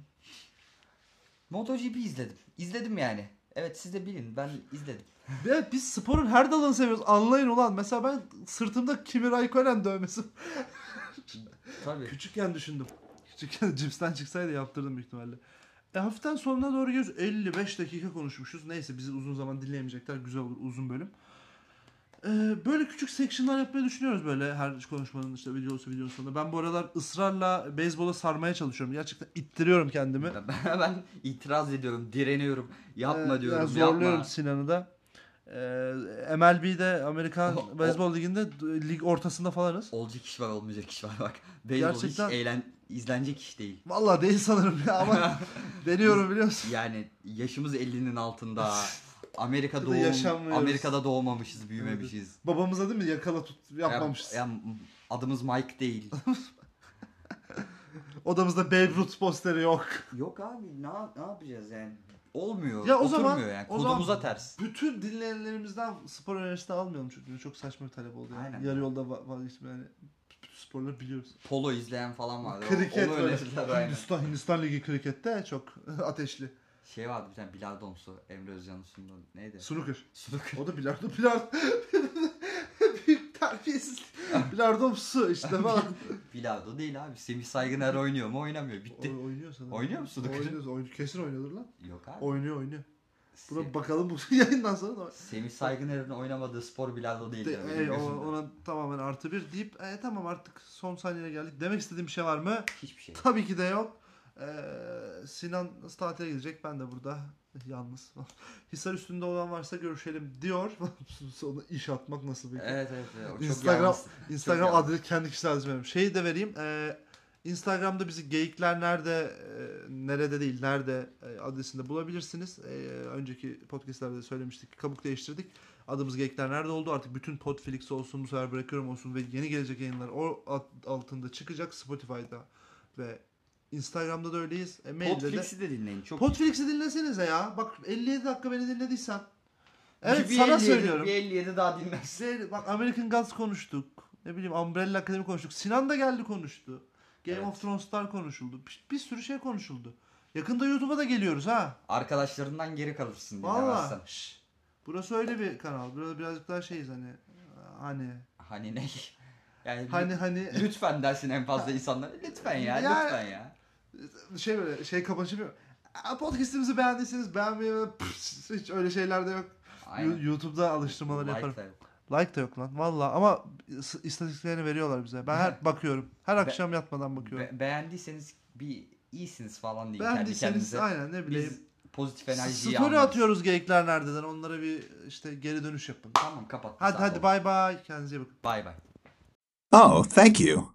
Speaker 2: MotoGP izledim. İzledim yani. Evet siz de bilin ben izledim.
Speaker 1: Evet, biz sporun her dalını seviyoruz. Anlayın ulan. Mesela ben sırtımda Kimi Raikkonen dövmesi.
Speaker 2: Tabii.
Speaker 1: Küçükken düşündüm. Küçükken cipsten çıksaydı yaptırdım büyük ihtimalle. E, hafiften sonuna doğru geliyoruz. elli beş dakika konuşmuşuz. Neyse bizi uzun zaman dinleyemeyecekler. Güzel olur uzun bölüm. E, böyle küçük sectionlar yapmayı düşünüyoruz böyle her konuşmanın işte videosu videonun sonunda. Ben bu aralar ısrarla beyzbola sarmaya çalışıyorum. Gerçekten ittiriyorum kendimi.
Speaker 2: Ben, ben itiraz ediyorum, direniyorum. Yapma
Speaker 1: E,
Speaker 2: diyorum,
Speaker 1: yani zorluyorum
Speaker 2: yapma.
Speaker 1: Sinan'ı da. E, M L B'de Amerikan
Speaker 2: O- o-
Speaker 1: Beyzbol Ligi'nde lig ortasında falanız.
Speaker 2: Olacak iş var, olmayacak iş var bak. Beyzbol
Speaker 1: Gerçekten-
Speaker 2: hiç eğlen, izlenecek iş değil.
Speaker 1: Vallahi değil sanırım ya ama deniyorum biliyor musun?
Speaker 2: Yani yaşımız ellinin altında. Amerika
Speaker 1: Burada
Speaker 2: doğum,
Speaker 1: yaşanmıyoruz.
Speaker 2: Amerika'da doğmamışız, büyümemişiz.
Speaker 1: Babamıza değil mi yakala tut yapmamışız.
Speaker 2: Ya, ya, adımız Mike değil.
Speaker 1: Odamızda Babe Ruth posteri yok.
Speaker 2: Yok abi ne, ne yapacağız yani? Olmuyor.
Speaker 1: Ya o
Speaker 2: oturmuyor
Speaker 1: zaman-
Speaker 2: yani.
Speaker 1: o
Speaker 2: Kodumuza
Speaker 1: zaman-
Speaker 2: ters.
Speaker 1: Bütün dinleyenlerimizden spor önerisi de almayalım çünkü çok saçma bir talep oldu. Yani.
Speaker 2: Aynen.
Speaker 1: Yarı yolda va- vazgeçme yani. Bütün sporları biliyoruz.
Speaker 2: Polo izleyen falan vardı.
Speaker 1: Kriket
Speaker 2: Onu
Speaker 1: böyle.
Speaker 2: önerdiler aynen.
Speaker 1: Hindistan, Hindistan Ligi krikette çok ateşli.
Speaker 2: Şey vardı bir tane bilardomsu Emre Özcan'ın sunduğu neydi?
Speaker 1: Snooker.
Speaker 2: Snooker.
Speaker 1: O da bilardo. Bilardo. Büyük terbiyesiz. Bilardo su işte falan.
Speaker 2: Bilardo değil abi. Semih Saygıner oynuyor mu oynamıyor. Bitti.
Speaker 1: O, oynuyor sanırım.
Speaker 2: Oynuyor mu snooker?
Speaker 1: Oynuyor, oynuyor. Kesin oynuyordur lan.
Speaker 2: Yok abi.
Speaker 1: Oynuyor oynuyor. Buna
Speaker 2: Se-
Speaker 1: bakalım bu yayından sonra da.
Speaker 2: Semih Saygıner'in oynamadığı spor bilardo değil.
Speaker 1: De,
Speaker 2: yani,
Speaker 1: ey,
Speaker 2: benim
Speaker 1: o-
Speaker 2: gözümde.
Speaker 1: ona tamamen artı bir deyip e, tamam artık son saniyeye geldik. Demek istediğim bir şey var mı?
Speaker 2: Hiçbir şey.
Speaker 1: Tabii ki de yok. Ee, Sinan tatile gidecek. Ben de burada yalnız. Hisar üstünde olan varsa görüşelim diyor. Sonra iş atmak nasıl bir
Speaker 2: Evet evet. evet. O çok
Speaker 1: Instagram
Speaker 2: yalnız.
Speaker 1: Instagram
Speaker 2: Çok
Speaker 1: adresi kendi kişisel adresimi veriyorum. Şeyi de vereyim. Ee, Instagram'da bizi geyikler nerede e, nerede değil nerede e, adresinde bulabilirsiniz. E, önceki podcastlerde de söylemiştik. Kabuk değiştirdik. Adımız Geyikler nerede oldu. Artık bütün Podflix olsun, bu sefer bırakıyorum olsun ve yeni gelecek yayınlar o ad- altında çıkacak. Spotify'da ve Instagram'da da öyleyiz. E, mailde de.
Speaker 2: Podflix'i de dinleyin. Çok
Speaker 1: Podflix'i dinlesenize ya. Bak elli yedi dakika beni dinlediysen. Evet
Speaker 2: bir
Speaker 1: sana
Speaker 2: elli yedi
Speaker 1: söylüyorum.
Speaker 2: Bir elli yedi daha dinlersin.
Speaker 1: Size, bak American Gods konuştuk. Ne bileyim Umbrella Academy konuştuk. Sinan da geldi konuştu. Game
Speaker 2: Evet.
Speaker 1: of Thrones'lar konuşuldu. Bir, bir sürü şey konuşuldu. Yakında YouTube'a da geliyoruz ha.
Speaker 2: Arkadaşlarından geri kalırsın
Speaker 1: Valla.
Speaker 2: dinlemezsen.
Speaker 1: Şşş. Burası öyle bir kanal. Burada birazcık daha şeyiz hani. Hani.
Speaker 2: Hani ne? Yani
Speaker 1: Hani hani.
Speaker 2: lütfen dersin en fazla insanlara. Lütfen ya,
Speaker 1: Ya-
Speaker 2: lütfen ya.
Speaker 1: Şey böyle şey kapanışı yapıyor. "Aa, podcast'imizi beğendiyseniz beğenmeyi pıs, hiç öyle şeyler de yok.
Speaker 2: Aynen.
Speaker 1: Yu- YouTube'da alıştırmaları
Speaker 2: Like
Speaker 1: yaparım.
Speaker 2: da yok.
Speaker 1: Like da yok lan valla ama is- istatistiklerini veriyorlar bize. Ben her bakıyorum. Her akşam yatmadan bakıyorum.
Speaker 2: Be- beğendiyseniz bir iyisiniz falan deyin kendi
Speaker 1: Beğendiyseniz
Speaker 2: kendinize.
Speaker 1: aynen ne bileyim.
Speaker 2: Biz pozitif enerjiyi
Speaker 1: Story
Speaker 2: alırız.
Speaker 1: atıyoruz geyikler nerededen onlara bir işte geri dönüş yapın.
Speaker 2: Tamam kapat.
Speaker 1: Hadi hadi bay bay kendinize iyi bakın.
Speaker 2: Bay bay.
Speaker 3: Oh, thank you.